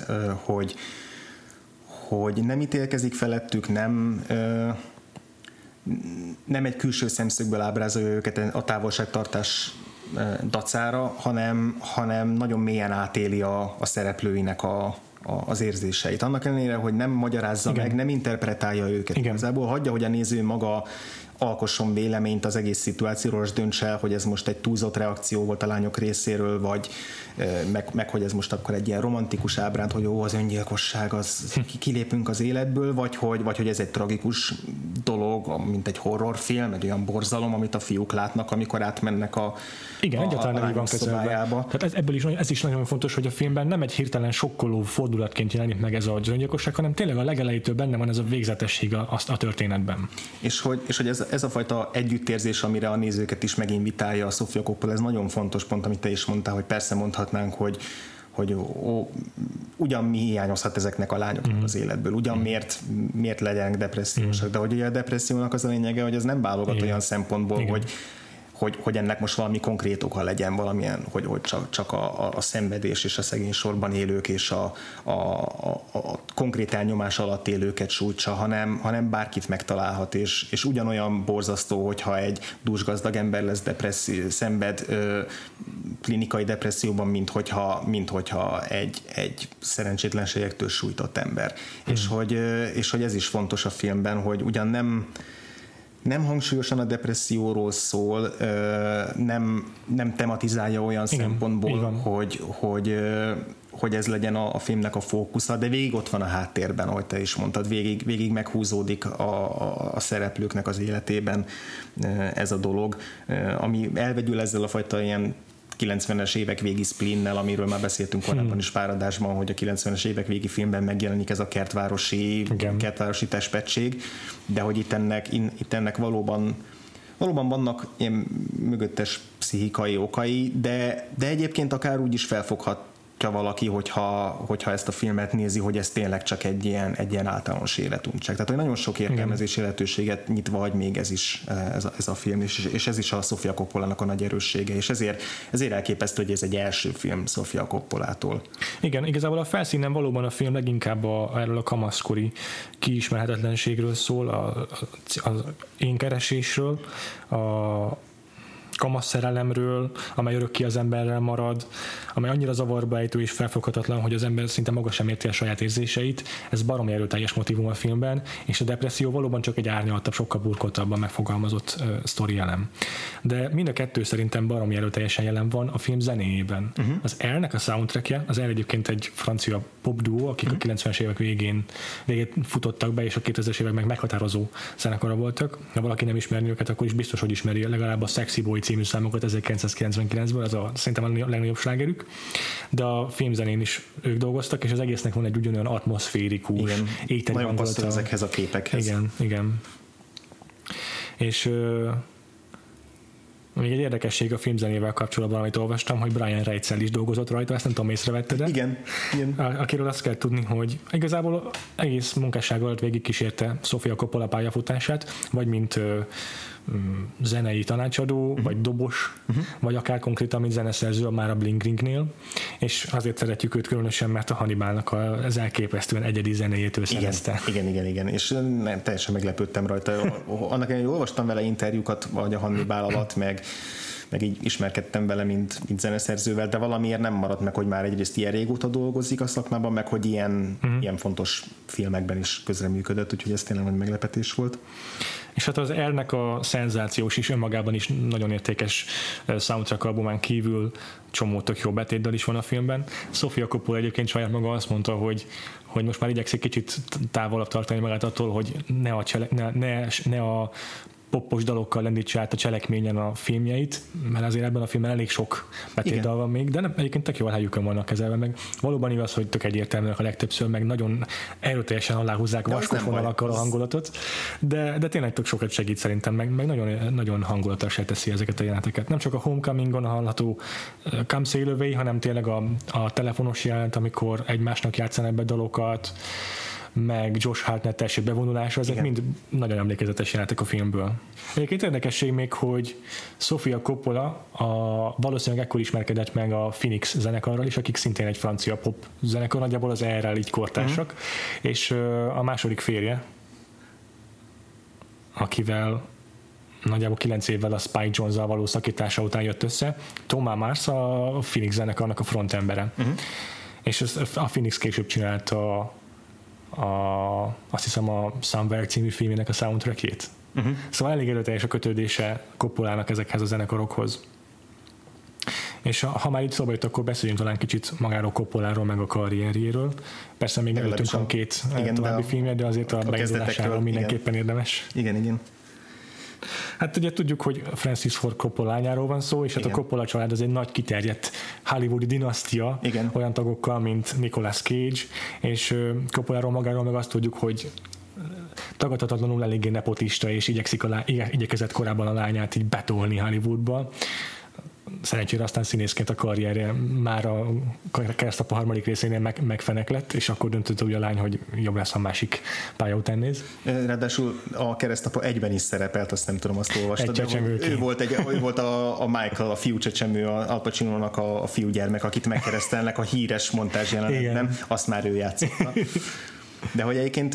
hogy nem ítélkezik felettük, nem egy külső szemszögből ábrázolja őket a távolságtartás dacára, hanem nagyon mélyen átéli a szereplőinek az érzéseit. Annak ellenére, hogy nem magyarázza meg, nem interpretálja őket. Igazából hagyja, hogy a néző maga alkosson véleményt az egész szituációról, és dönts el, hogy ez most egy túlzott reakció volt a lányok részéről, vagy meg hogy ez most akkor egy ilyen romantikus ábránd, hogy az öngyilkosság, az kilépünk az életből, vagy hogy ez egy tragikus dolog, mint egy horrorfilm, egy olyan borzalom, amit a fiúk látnak, amikor átmennek a lányok szobájába. Tehát ez is nagyon fontos, hogy a filmben nem egy hirtelen sokkoló fordulatként jelenik meg ez az öngyilkosság, hanem tényleg a legelejétől benne van ez a végzetesség a történetben. És hogy ez a fajta együttérzés, amire a nézőket is meginvitálja a Sofia Coppola, ez nagyon fontos pont, amit te is mondtál, hogy persze mondhatnánk, hogy ugyan mi hiányozhat ezeknek a lányoknak az életből, ugyan miért legyenek depressziósak, de hogy ugye a depressziónak az a lényege, hogy ez nem válogat olyan szempontból, hogy ennek most valami konkrét oka legyen, valamilyen, hogy csak a szenvedés és a szegény sorban élők és a konkrét elnyomás alatt élőket sújtsa, hanem bárkit megtalálhat, és ugyanolyan borzasztó, hogyha egy dúsgazdag ember lesz szenved klinikai depresszióban, mint hogyha egy szerencsétlenségektől sújtott ember. És hogy ez is fontos a filmben, hogy ugyan nem hangsúlyosan a depresszióról szól, nem tematizálja olyan szempontból, hogy ez legyen a filmnek a fókusza, de végig ott van a háttérben, ahogy te is mondtad, végig meghúzódik a szereplőknek az életében ez a dolog, ami elvegyül ezzel a fajta ilyen 90-es évek végi spleennel, amiről már beszéltünk korábban is pár adásban, hogy a 90-es évek végi filmben megjelenik ez a kertvárosi testpetség, de hogy itt ennek valóban vannak ilyen mögöttes pszichikai okai, de egyébként akár úgy is felfoghatja valaki, hogyha ezt a filmet nézi, hogy ez tényleg csak egy ilyen általános életuntság. Tehát, hogy nagyon sok értelmezési lehetőséget nyitva hagy még ez a film, és ez is a Sofia Coppolának a nagy erőssége, és ezért elképesztő, hogy ez egy első film Sofia Coppolától. Igen, igazából a felszínen valóban a film leginkább erről a kamaszkori kiismerhetetlenségről szól, az énkeresésről, a kamasz szerelemről, amely örökké az emberrel marad, amely annyira zavarba ejtő és felfoghatatlan, hogy az ember szinte maga sem érti a saját érzéseit. Ez baromi erőteljes motívum a filmben, és a depresszió valóban csak egy árnyaltabb, sokkal burkoltabban megfogalmazott sztori elem. De mind a kettő szerintem baromi erőteljesen jelen van a film zenéjében. Az Air-nek a soundtrackje, az Air egyébként egy francia popduó, akik a 90-es évek végén futottak be, és a 2000-es évek meg meghatározó zenekara voltak. Ha valaki nem ismeri őket, akkor is biztos, hogy ismeri legalább a Sexy Boy című számokat 1999-ből, ez szerintem a legnagyobb slágerük, de a filmzenén is ők dolgoztak, és az egésznek van egy ugyanolyan atmoszférikus, éteri nagyon passzol ezekhez a képekhez. Igen. És Még egy érdekesség a filmzenével kapcsolatban, amit olvastam, hogy Brian Reitzel is dolgozott rajta, ezt nem tudom, észrevetted-e? Igen. Akiről azt kell tudni, hogy igazából egész munkásság alatt végig kísérte Sofia Coppola pályafutását, vagy mint zenei tanácsadó, vagy dobos, vagy akár konkrétan, mint zeneszerző már a Bling Ringnél, és azért szeretjük őt különösen, mert a Hannibalnak az elképesztően egyedi zenéjét ő szerezte. Igen, és nem, teljesen meglepődtem rajta. Annak ellenére, hogy olvastam vele interjúkat, vagy a Hannibal alatt, meg így ismerkedtem vele, mint zeneszerzővel, de valamiért nem maradt meg, hogy már egyrészt ilyen régóta dolgozik a szakmában, meg hogy ilyen fontos filmekben is közreműködött, úgyhogy ez tényleg nagy meglepetés volt. És hát az R-nek a szenzációs is önmagában is nagyon értékes soundtrack albumán kívül csomó tök jó betétdal is van a filmben. Sofia Coppola egyébként saját maga azt mondta, hogy most már igyekszik kicsit távolabb tartani magát attól, hogy ne a poppos dalokkal lendítse át a cselekményen a filmjeit, mert azért ebben a filmben elég sok betétdal van még, de egyébként tök jól helyükön vannak kezelve, meg valóban igaz, hogy tök egyértelműek a legtöbbször, meg nagyon erőteljesen aláhúzzák vaskos vonalakkal a hangulatot, de tényleg tök sokat segít szerintem, meg nagyon, nagyon hangulatossá teszi ezeket a jeleneteket. Nem csak a Homecomingon hallható Come Sail Away, hanem tényleg a telefonos jelenet, amikor egymásnak játszanak be dalokat, meg Josh Hartnett első bevonulása, ezek mind nagyon emlékezetes jelenetek a filmből. Egyébként érdekesség még, hogy Sofia Coppola valószínűleg ekkor ismerkedett meg a Phoenix zenekarral is, akik szintén egy francia pop zenekar, nagyjából az ER-rel így kortársak, és a második férje, akivel nagyjából 9 évvel a Spike Jonze-zal való szakítása után jött össze, Thomas Mars a Phoenix zenekarnak a frontembere. És a Phoenix később csinálta azt hiszem a Somewhere című filmének a soundtrackjét. Szóval elég erőteljes a kötődése Coppolának ezekhez a zenekarokhoz. És ha már itt szóba jött, akkor beszéljünk talán kicsit magáról Coppoláról, meg a karrierjéről. Persze még előttünk van 2 további filmje, de azért a beindulásáról mindenképpen érdemes. Igen. Hát ugye tudjuk, hogy Francis Ford Coppola lányáról van szó, és hát a Coppola család az egy nagy kiterjedt hollywoodi dinasztia, olyan tagokkal, mint Nicolas Cage, és Coppoláról magáról meg azt tudjuk, hogy tagadhatatlanul eléggé nepotista, és igyekezett korábban a lányát így betolni Hollywoodba. Szerencsére aztán színészként a karrierje már a Keresztapa harmadik részénél megfenek lett, és akkor döntött úgy a lány, hogy jobb lesz, ha másik pálya után néz. Ráadásul a Keresztapa 1-ben is szerepelt, azt nem tudom, azt olvastad, de ő volt a Michael, a fiú csecsemő, Al Pacino-nak a fiúgyermek, akit megkeresztelnek a híres montázs jelenetben, azt már ő játszotta. De hogy egyébként,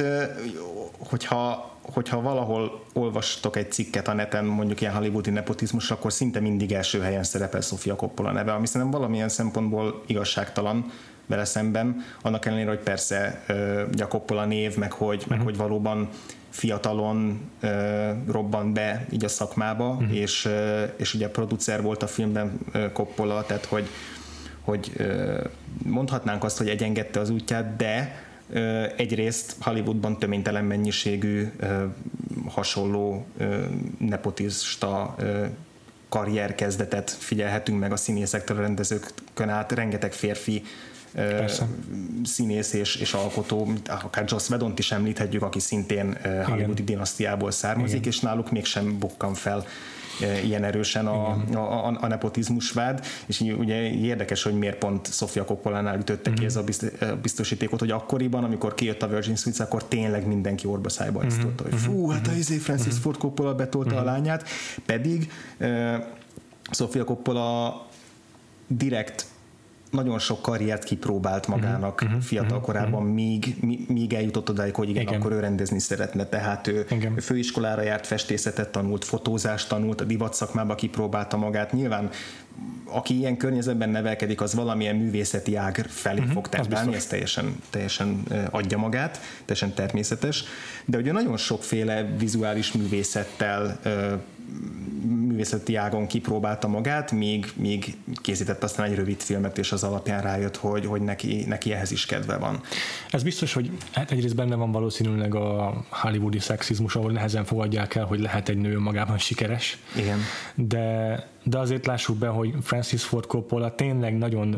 hogyha valahol olvastok egy cikket a neten, mondjuk ilyen hollywoodi nepotizmus, akkor szinte mindig első helyen szerepel Sofia Coppola neve, ami szerintem valamilyen szempontból igazságtalan vele szemben, annak ellenére, hogy persze a Coppola név, meg hogy valóban fiatalon robban be így a szakmába, és ugye producer volt a filmben Coppola, tehát hogy mondhatnánk azt, hogy egyengedte az útját, de egyrészt Hollywoodban töménytelen mennyiségű hasonló nepotista karrierkezdetet figyelhetünk meg a színészektől, a rendezőkön át, rengeteg férfi színész és alkotó, akár Joss Whedont is említhetjük, aki szintén hollywoodi dinasztiából származik, és náluk mégsem bukkan fel ilyen erősen a nepotizmus vád, és ugye érdekes, hogy miért pont Sofia Coppolánál ütötte ki ez a biztosítékot, hogy akkoriban, amikor kijött a Virgin Suites, akkor tényleg mindenki orba szájba ezt tudta, hogy fú, hát a Francis Ford Coppola betolta a lányát, pedig Sofia Coppola direkt nagyon sok karriert kipróbált magának fiatal korában, míg eljutott odáig, hogy igen, akkor ő rendezni szeretne. Tehát ő főiskolára járt, festészetet tanult, fotózást tanult, a divat szakmába kipróbálta magát. Nyilván aki ilyen környezetben nevelkedik, az valamilyen művészeti ág felé fog tendálni, ez teljesen adja magát, teljesen természetes. De ugye nagyon sokféle vizuális művészettel művészeti ágon kipróbálta magát, míg készített aztán egy rövid filmet, és az alapján rájött, hogy neki ehhez is kedve van. Ez biztos, hogy hát egyrészt benne van valószínűleg a hollywoodi szexizmus, ahol nehezen fogadják el, hogy lehet egy nő magában sikeres. Igen. De azért lássuk be, hogy Francis Ford Coppola tényleg nagyon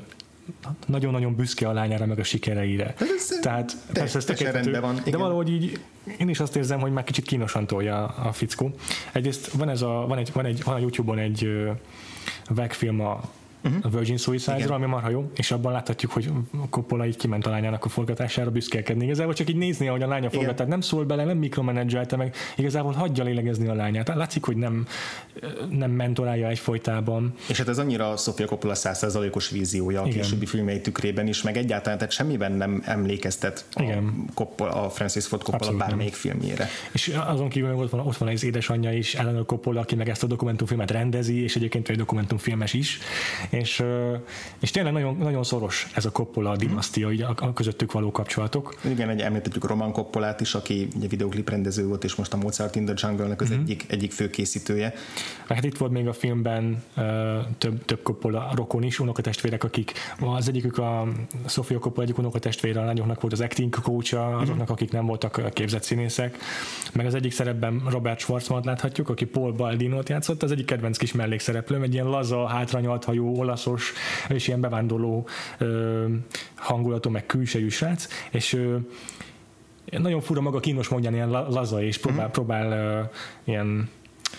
nagyon-nagyon büszke a lányára, meg a sikereire. Tehát persze ez tekintető, van, de valahogy így én is azt érzem, hogy már kicsit kínosan tolja a fickó. Egyrészt van a YouTube-on egy vágfilm a Virgin Suicide-ra, ami marha jó, és abban láthatjuk, hogy Coppola így kiment a lányának a forgatására büszkélkedni. Igazából csak így nézni, ahogy a lánya forgatát, nem szól bele, nem mikromenedzselte meg, igazából hagyja lélegezni a lányát. Látszik, hogy nem mentorálja egyfolytában. És hát ez annyira Sofia Coppola 100%-os víziója a későbbi filmei tükrében is, meg egyáltalán tehát semmiben nem emlékeztet a Francis Ford Coppola bármelyik filmjére. És azon kívül ott van az édesanyja is, Eleanor Coppola, aki meg ezt a dokumentumfilmet rendezi, és egyébként egy dokumentumfilmes is. És tényleg nagyon, nagyon szoros ez a Coppola dinasztia, így a közöttük való kapcsolatok. Igen, említettük Roman Coppolát is, aki ugye videoklip rendező volt, és most a Mozart in the Jungle-nek az egyik főkészítője. Hát itt volt még a filmben több Coppola rokon is, unokatestvérek, akik az egyikük a Sofia Coppola egyik unokatestvére, a lányoknak volt az acting coacha, azoknak, akik nem voltak képzett színészek. Meg az egyik szerepben Robert Schwarzman láthatjuk, aki Paul Baldinot játszott, az egyik kedvenc kis mellékszereplőm, egy ilyen laza, hátranyalt hajú, olaszos, és ilyen bevándorló hangulatú, meg külsejű srác, és nagyon fura maga kínos módján ilyen laza, és próbál ilyen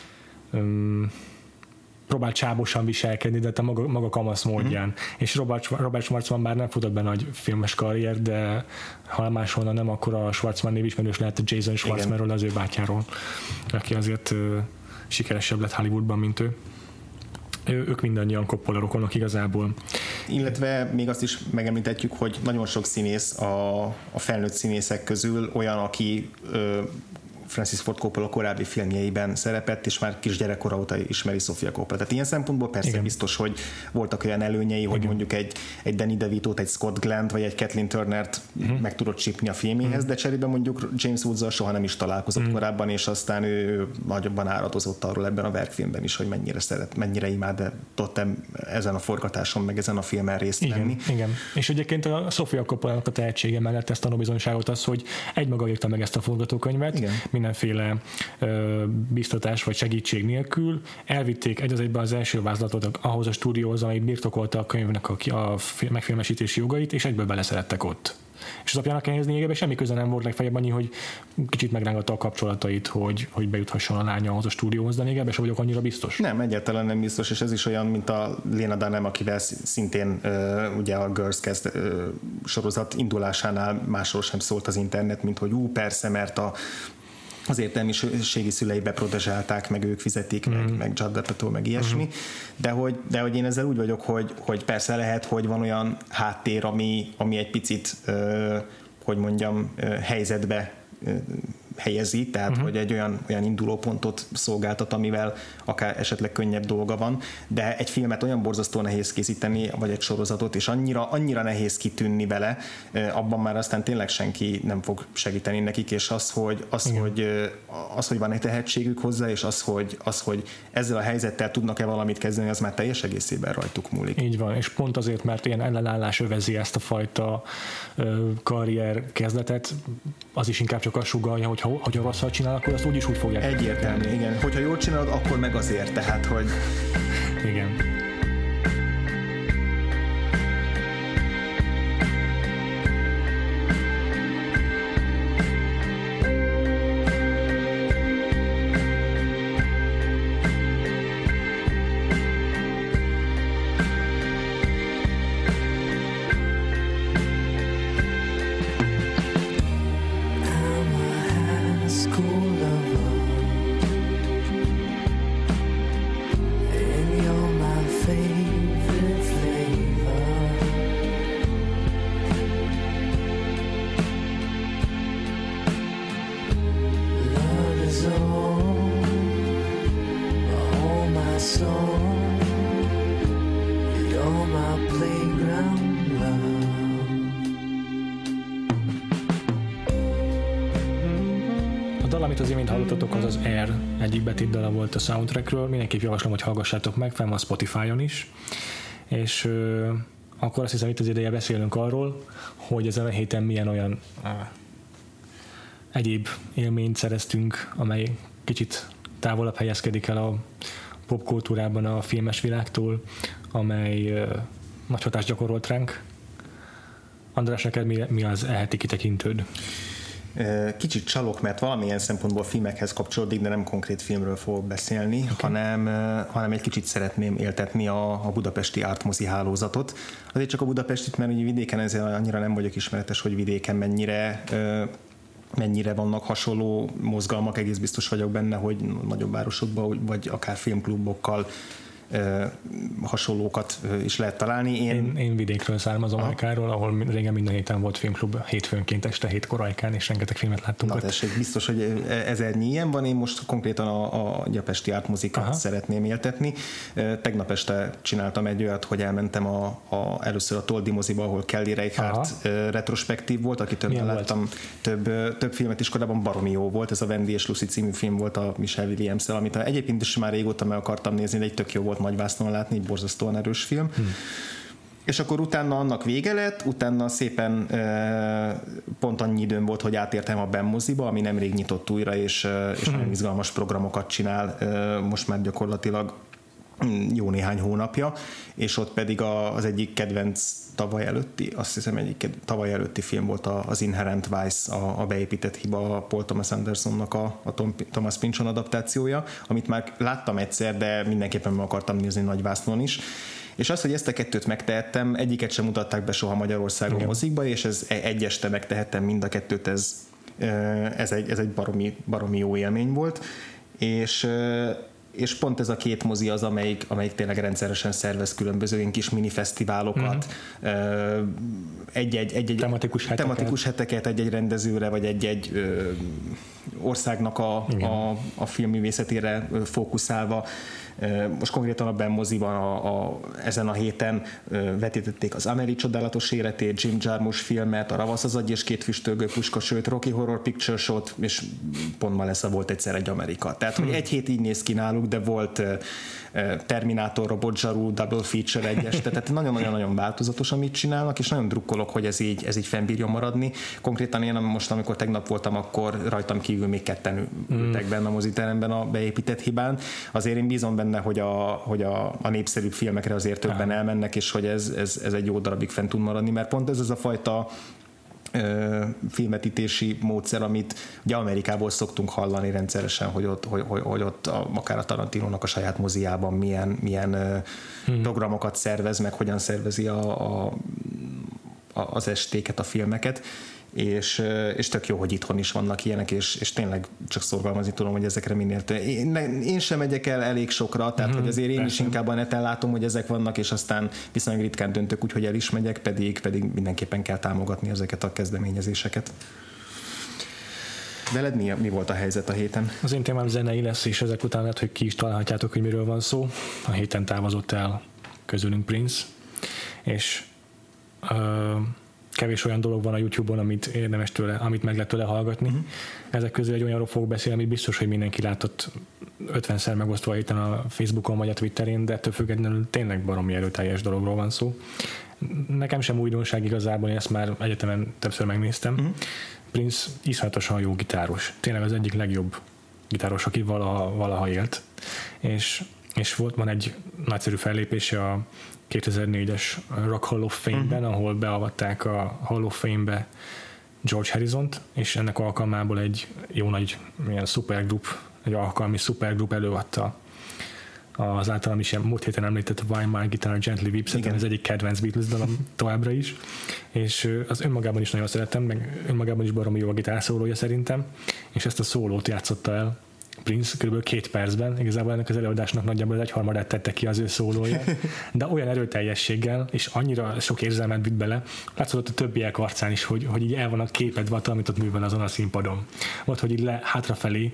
próbál csábosan viselkedni, de a maga kamasz módján. És Robert Schwarzman bár nem futott be nagy filmes karrier, de ha máshonnan nem, akkor a Schwarzman név ismerős lehet Jason Schwartzmanról, az ő bátyáról, aki azért sikeresebb lett Hollywoodban, mint ő. Ők mindannyian Coppola rokonok igazából. Illetve még azt is megemlíthetjük, hogy nagyon sok színész a felnőtt színészek közül olyan, aki Francis Ford Coppola korábbi filmjeiben szerepelt, és már kisgyerekkora óta ismeri Sofia Coppola. Tehát ilyen szempontból persze biztos, hogy voltak olyan előnyei, hogy mondjuk egy Danny DeVito-t, egy Scott Glennt, vagy egy Kathleen Turnert meg tudott csípni a filméhez, de cserébe mondjuk James Woods-zal soha nem is találkozott korábban, és aztán ő nagyobban áradozott arról ebben a verkfilmben is, hogy mennyire imádott ezen a forgatáson, meg ezen a filmen részt venni. Igen. És egyébként a Sofia Coppolának a tehetsége mellett ezt tanúbizonyságot az, hogy egymaga írta meg ezt a forgatókönyvet, mindenféle biztatás vagy segítség nélkül. Elvitték egy az egyben az első vázlatot ahhoz a stúdióhoz, amely birtokolta a könyvnek a megfilmesítési jogait, és egyből beleszerettek ott. És az apjának elnézni, semmi köze nem volt, legfeljebb annyi, hogy kicsit megrángatta a kapcsolatait, hogy bejuthasson a lánya ahhoz a stúdióhoz, de még ebben sem vagyok annyira biztos. Nem, egyáltalán nem biztos, és ez is olyan, mint a Lena Dunham, akivel szintén ugye a Girls Cast sorozat indulásánál másról sem szólt az internet, mint hogy persze, mert az értelmiségi szülei beprodezsálták, meg ők fizetik, meg Judd Apatow, meg ilyesmi, de hogy én ezzel úgy vagyok, hogy persze lehet, hogy van olyan háttér, ami egy picit, hogy mondjam, helyzetbe helyezi, tehát hogy egy olyan indulópontot szolgáltat, amivel akár esetleg könnyebb dolga van, de egy filmet olyan borzasztó nehéz készíteni, vagy egy sorozatot, és annyira nehéz kitűnni vele, abban már aztán tényleg senki nem fog segíteni nekik, és az, hogy van egy tehetségük hozzá, és az, hogy ezzel a helyzettel tudnak-e valamit kezdeni, az már teljes egészében rajtuk múlik. Így van, és pont azért, mert ilyen ellenállás övezi ezt a fajta karrier kezdetet, az is inkább csak azt sugallja, hogy ha rosszat csinál, akkor azt úgyis úgy fogják. Egyértelmű, igen. Hogyha jól csinálod, akkor meg azért, tehát, hogy... Igen. Volt a soundtrackről, mindenképp javaslom, hogy hallgassátok meg, fenn van Spotify-on is, és akkor azt hiszem itt az ideje beszélünk arról, hogy ezen a héten milyen olyan egyéb élményt szereztünk, amely kicsit távolabb helyezkedik el a popkultúrában a filmes világtól, amely nagy hatást gyakorolt ránk. András, neked mi az eheti kitekintőd? Kicsit csalok, mert valamilyen szempontból filmekhez kapcsolódik, de nem konkrét filmről fogok beszélni, hanem egy kicsit szeretném éltetni a budapesti ártmozi hálózatot. Azért csak a budapestit, mert ugye vidéken ezzel annyira nem vagyok ismeretes, hogy vidéken mennyire vannak hasonló mozgalmak, egész biztos vagyok benne, hogy nagyobb városokban, vagy akár filmklubokkal hasonlókat is lehet találni. Én vidékről származom, Ajkáról, ahol régen minden héten volt filmklub, hétfőnként este 7-kor Ajkán, és rengeteg filmet láttunk. Na tessék, biztos, hogy ezernyi ilyen van, én most konkrétan a gyapesti ártmozikat szeretném éltetni. Tegnap este csináltam egy olyat, hogy elmentem először a Toldi moziba, ahol Kelly Reichardt retrospektív volt, akitől már láttam több filmet is, korábban baromi jó volt, ez a Wendy és Lucy című film volt a Michelle Williams-szel, amit egyébként is már régóta meg akartam nézni, de egy tök jó volt nagyvásznon látni, egy borzasztóan erős film. És akkor utána annak vége lett, utána szépen pont annyi időm volt, hogy átértem a BEM moziba, ami nemrég nyitott újra, és nagyon izgalmas programokat csinál most már gyakorlatilag jó néhány hónapja, és ott pedig az egyik kedvenc tavaly előtti film volt az Inherent Vice, a beépített hiba, a Paul Thomas Andersonnak a Thomas Pynchon adaptációja, amit már láttam egyszer, de mindenképpen meg akartam nézni nagyvásznon is. És az, hogy ezt a kettőt megtehettem, egyiket sem mutatták be soha Magyarországon mozikba, és ez egy este megtehettem mind a kettőt, ez egy baromi jó élmény volt, és pont ez a két mozi az, amelyik tényleg rendszeresen szervez különböző ilyen kis minifesztiválokat, egy tematikus heteket egy rendezőre, vagy egy országnak a filmművészetére fókuszálva. Most konkrétan a BEM moziban ezen a héten vetítették az Amélie csodálatos életét, Jim Jarmusch filmet, a Ravasz az agy és két füstölgő puska, sőt Rocky Horror Picture Show-t, és pont Melissa volt egyszer egy Amerika. Tehát, hogy egy hét így néz ki náluk, de volt Terminátor, Robot Zsaru, Double Feature egy este, tehát nagyon-nagyon változatos, amit csinálnak, és nagyon drukkolok, hogy ez így fennbírjon maradni. Konkrétan én most, amikor tegnap voltam, akkor rajtam kívül még ketten ültek benne a moziteremben a beépített hibán. Azért én bízom benne, hogy a népszerűbb filmekre azért többen elmennek, és hogy ez egy jó darabig fent tud maradni, mert pont ez a fajta filmvetítési módszer, amit ugye Amerikából szoktunk hallani rendszeresen, hogy ott akár a Tarantinónak a saját moziában milyen programokat szervez, meg hogyan szervezi az estéket, a filmeket, és tök jó, hogy itthon is vannak ilyenek, és tényleg csak szorgalmazni tudom, hogy ezekre minél több. Én sem megyek el elég sokra, tehát hogy azért én is inkább a neten látom, hogy ezek vannak, és aztán viszonylag ritkán döntök úgy, hogy el is megyek, pedig mindenképpen kell támogatni ezeket a kezdeményezéseket. Veled mi volt a helyzet a héten? Az én témám zenei lesz, és ezek után lehet, hogy ki is találhatjátok, hogy miről van szó. A héten távozott el közülünk Prince, és kevés olyan dolog van a YouTube-on, amit meg lehet tőle hallgatni. Ezek közül egy olyanról fogok beszélni, amit biztos, hogy mindenki látott 50-szer megosztva héten a Facebookon vagy a Twitterén, de ettől függetlenül tényleg baromi erőteljes dologról van szó. Nekem sem újdonság igazából, én ezt már egyetemen többször megnéztem. Prince iszonyatosan jó gitáros. Tényleg az egyik legjobb gitáros, aki valaha élt. És van egy nagyszerű fellépése a 2004-es Rock Hall of Fame-ben, ahol beavatták a Hall of Fame-be George Harrisont, és ennek alkalmából egy jó nagy egy alkalmi supergroup előadta az általam is múlt héten említett Why My Guitar Gently Weeps-et, ez egyik kedvenc Beatles dalom továbbra is, és az önmagában is nagyon szeretem, meg önmagában is baromi jó a gitárszólója szerintem, és ezt a szólót játszotta el Prince kb. 2 percben, igazából ennek az előadásnak nagyjából az 1/3 tette ki az ő szólója, de olyan erőteljességgel, és annyira sok érzelmet vitt bele, látszott a többiek arcán is, hogy így el van a képedve a amit ott művel azon a színpadon. Ott, hogy így hátrafelé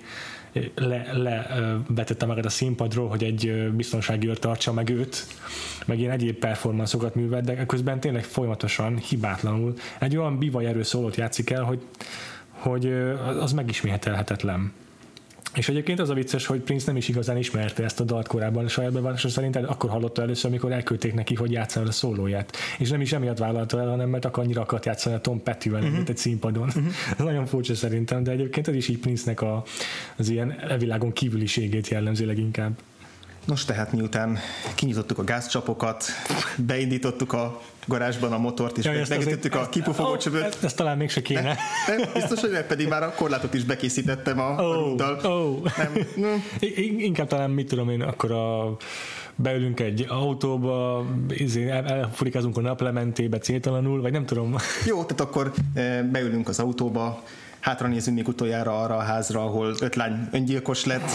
betette magad a színpadról, hogy egy biztonsági őr tartsa meg őt, meg ilyen egyéb performanszokat művel, de közben tényleg folyamatosan, hibátlanul egy olyan bivaj erő szólót játszik el, hogy az megismételhetetlen. És egyébként az a vicces, hogy Prince nem is igazán ismerte ezt a dalt korábban, a saját bevallása szerint akkor hallotta először, amikor elküldték neki, hogy játssza a szólóját. És nem is emiatt vállalta el, hanem mert akkor annyira akart játszani a Tom Petty-vel egy színpadon. Ez nagyon furcsa szerintem, de egyébként ez is így Prince-nek az ilyen világon kívüliségét jellemzi leginkább. Nos, tehát miután kinyitottuk a gázcsapokat, beindítottuk a garázsban a motort, és megütöttük a kipufogócsövöt. Ez talán mégse kéne. Nem, biztos, hogy pedig már a korlátot is bekészítettem a rúddal. Nem. Inkább talán, mit tudom én, akkor beülünk egy autóba, elfurikázunk a naplementébe céltalanul, vagy nem tudom. Jó, tehát akkor beülünk az autóba, hátra nézünk még utoljára arra a házra, ahol 5 lány öngyilkos lett.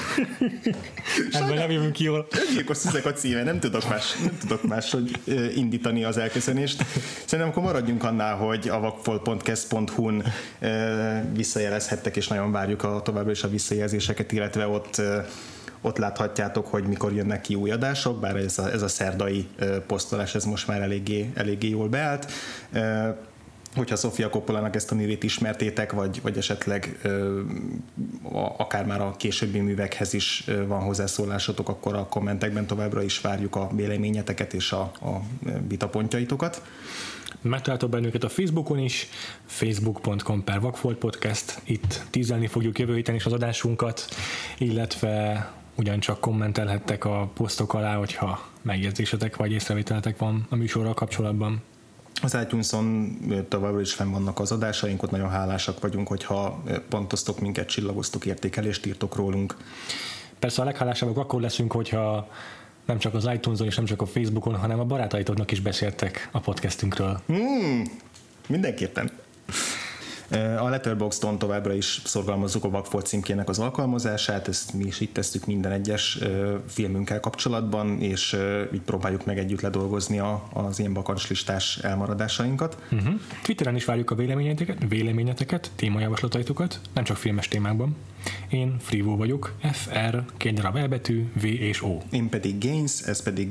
Ebből nem jövünk ki jól. Öngyilkos szüzek a címe, nem tudok máshogy indítani az elköszönést. Szerintem akkor maradjunk annál, hogy a vakfoltpodcast.hu-n visszajelezhettek, és nagyon várjuk továbbra is a visszajelzéseket, illetve ott láthatjátok, hogy mikor jönnek ki új adások, bár ez a szerdai posztolás, ez most már eléggé jól beállt. Hogyha Sofia Coppolának ezt a művét ismertétek, vagy esetleg akár már a későbbi művekhez is van hozzászólásotok, akkor a kommentekben továbbra is várjuk a véleményeteket és a vitapontjaitokat. Megtaláltok bennünket a Facebookon is, facebook.com/vakfoltpodcast, itt tízelni fogjuk jövő héten is az adásunkat, illetve ugyancsak kommentelhettek a posztok alá, hogyha megjegyzésetek vagy észrevételetek van a műsorral kapcsolatban. Az iTunes-on továbbra is fenn vannak az adásaink, ott nagyon hálásak vagyunk, hogyha pontoztok minket, csillagoztok, értékelést írtok rólunk. Persze a leghálásabbak akkor leszünk, hogyha nem csak az iTunes-on és nem csak a Facebookon, hanem a barátaitoknak is beszéltek a podcastünkről. Mindenképpen. A Letterboxdon továbbra is szorgalmazzuk a Vakfolt címkének az alkalmazását, ezt mi is itt tesszük minden egyes filmünkkel kapcsolatban, és így próbáljuk meg együtt ledolgozni az ilyen bakancslistás elmaradásainkat. Twitteren is várjuk a véleményeteket, témajavaslataitokat, nem csak filmes témákban. Én Frivo vagyok, FR, két darab elbetű, V és O. Én pedig Gaines, ez pedig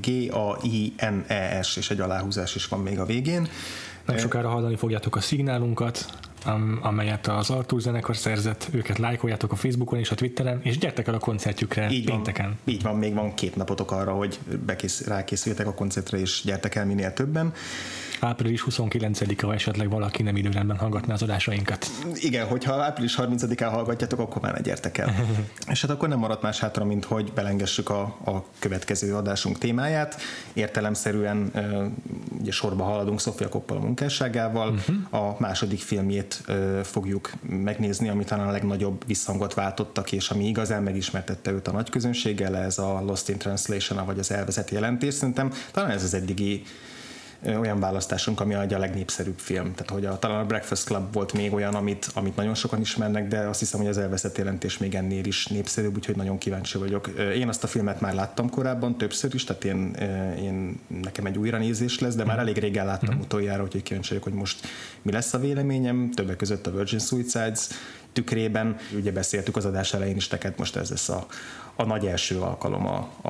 Gaines, és egy aláhúzás is van még a végén. Nem sokára hallani fogjátok a szignálunkat, amelyet az Arthur zenekar szerzett, őket lájkoljátok a Facebookon és a Twitteren, és gyertek el a koncertjükre pénteken. Így van, még van 2 napotok arra, hogy rákészüljetek a koncertre, és gyertek el minél többen. Április 29-e, ha esetleg valaki nem időrendben hallgatná az adásainkat. Igen, hogyha április 30-án hallgatjátok, akkor már ne gyertek el. És hát akkor nem maradt más hátra, mint hogy belengessük a következő adásunk témáját. Értelemszerűen ugye sorba haladunk Sofia Coppola munkásságával. A második filmjét fogjuk megnézni, ami talán a legnagyobb visszhangot váltottak, és ami igazán megismertette őt a nagy közönséggel, ez a Lost in Translation, vagy az elveszett jelentés. Szerintem talán ez az eddigi olyan választásunk, ami a legnépszerűbb film. Tehát, hogy talán a Breakfast Club volt még olyan, amit nagyon sokan ismernek, de azt hiszem, hogy az elveszett jelentés még ennél is népszerűbb, úgyhogy nagyon kíváncsi vagyok. Én azt a filmet már láttam korábban, többször is, tehát én nekem egy újranézés lesz, de már elég régen láttam utoljára, úgyhogy kíváncsi vagyok, hogy most mi lesz a véleményem, többek között a Virgin Suicides tükrében. Ugye beszéltük az adás elején is, neked most ez lesz a nagy első alkalom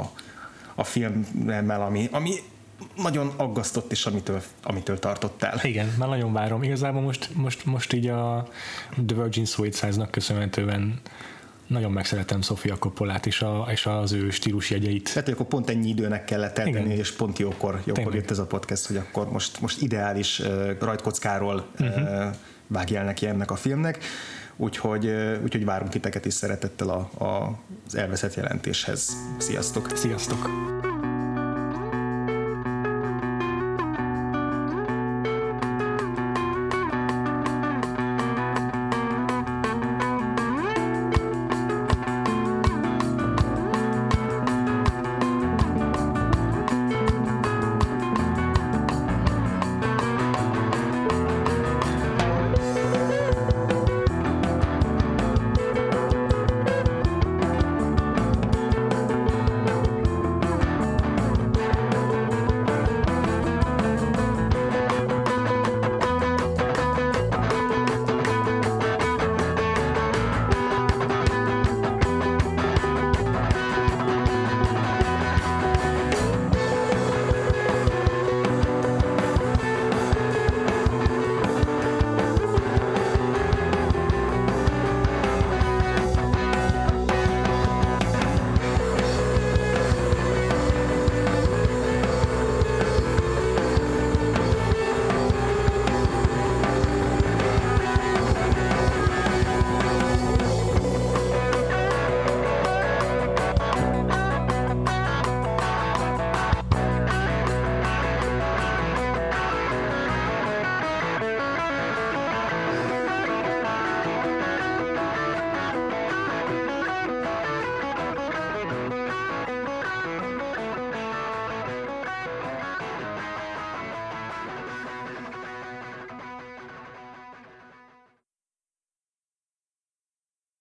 a filmmel, ami nagyon aggasztott, és amitől tartottál. Igen, már nagyon várom. Igazából most így a The Virgin Suicides-nak köszönhetően nagyon megszerettem Sofia Coppolát és az ő stílusjegyeit. Tehát, hogy akkor pont ennyi időnek kellett eltenni, és pont jókor jött ez a podcast, hogy akkor most ideális rajtkockáról vágjál neki ennek a filmnek. Úgyhogy várunk titeket is szeretettel az elveszett jelentéshez. Sziasztok! Sziasztok!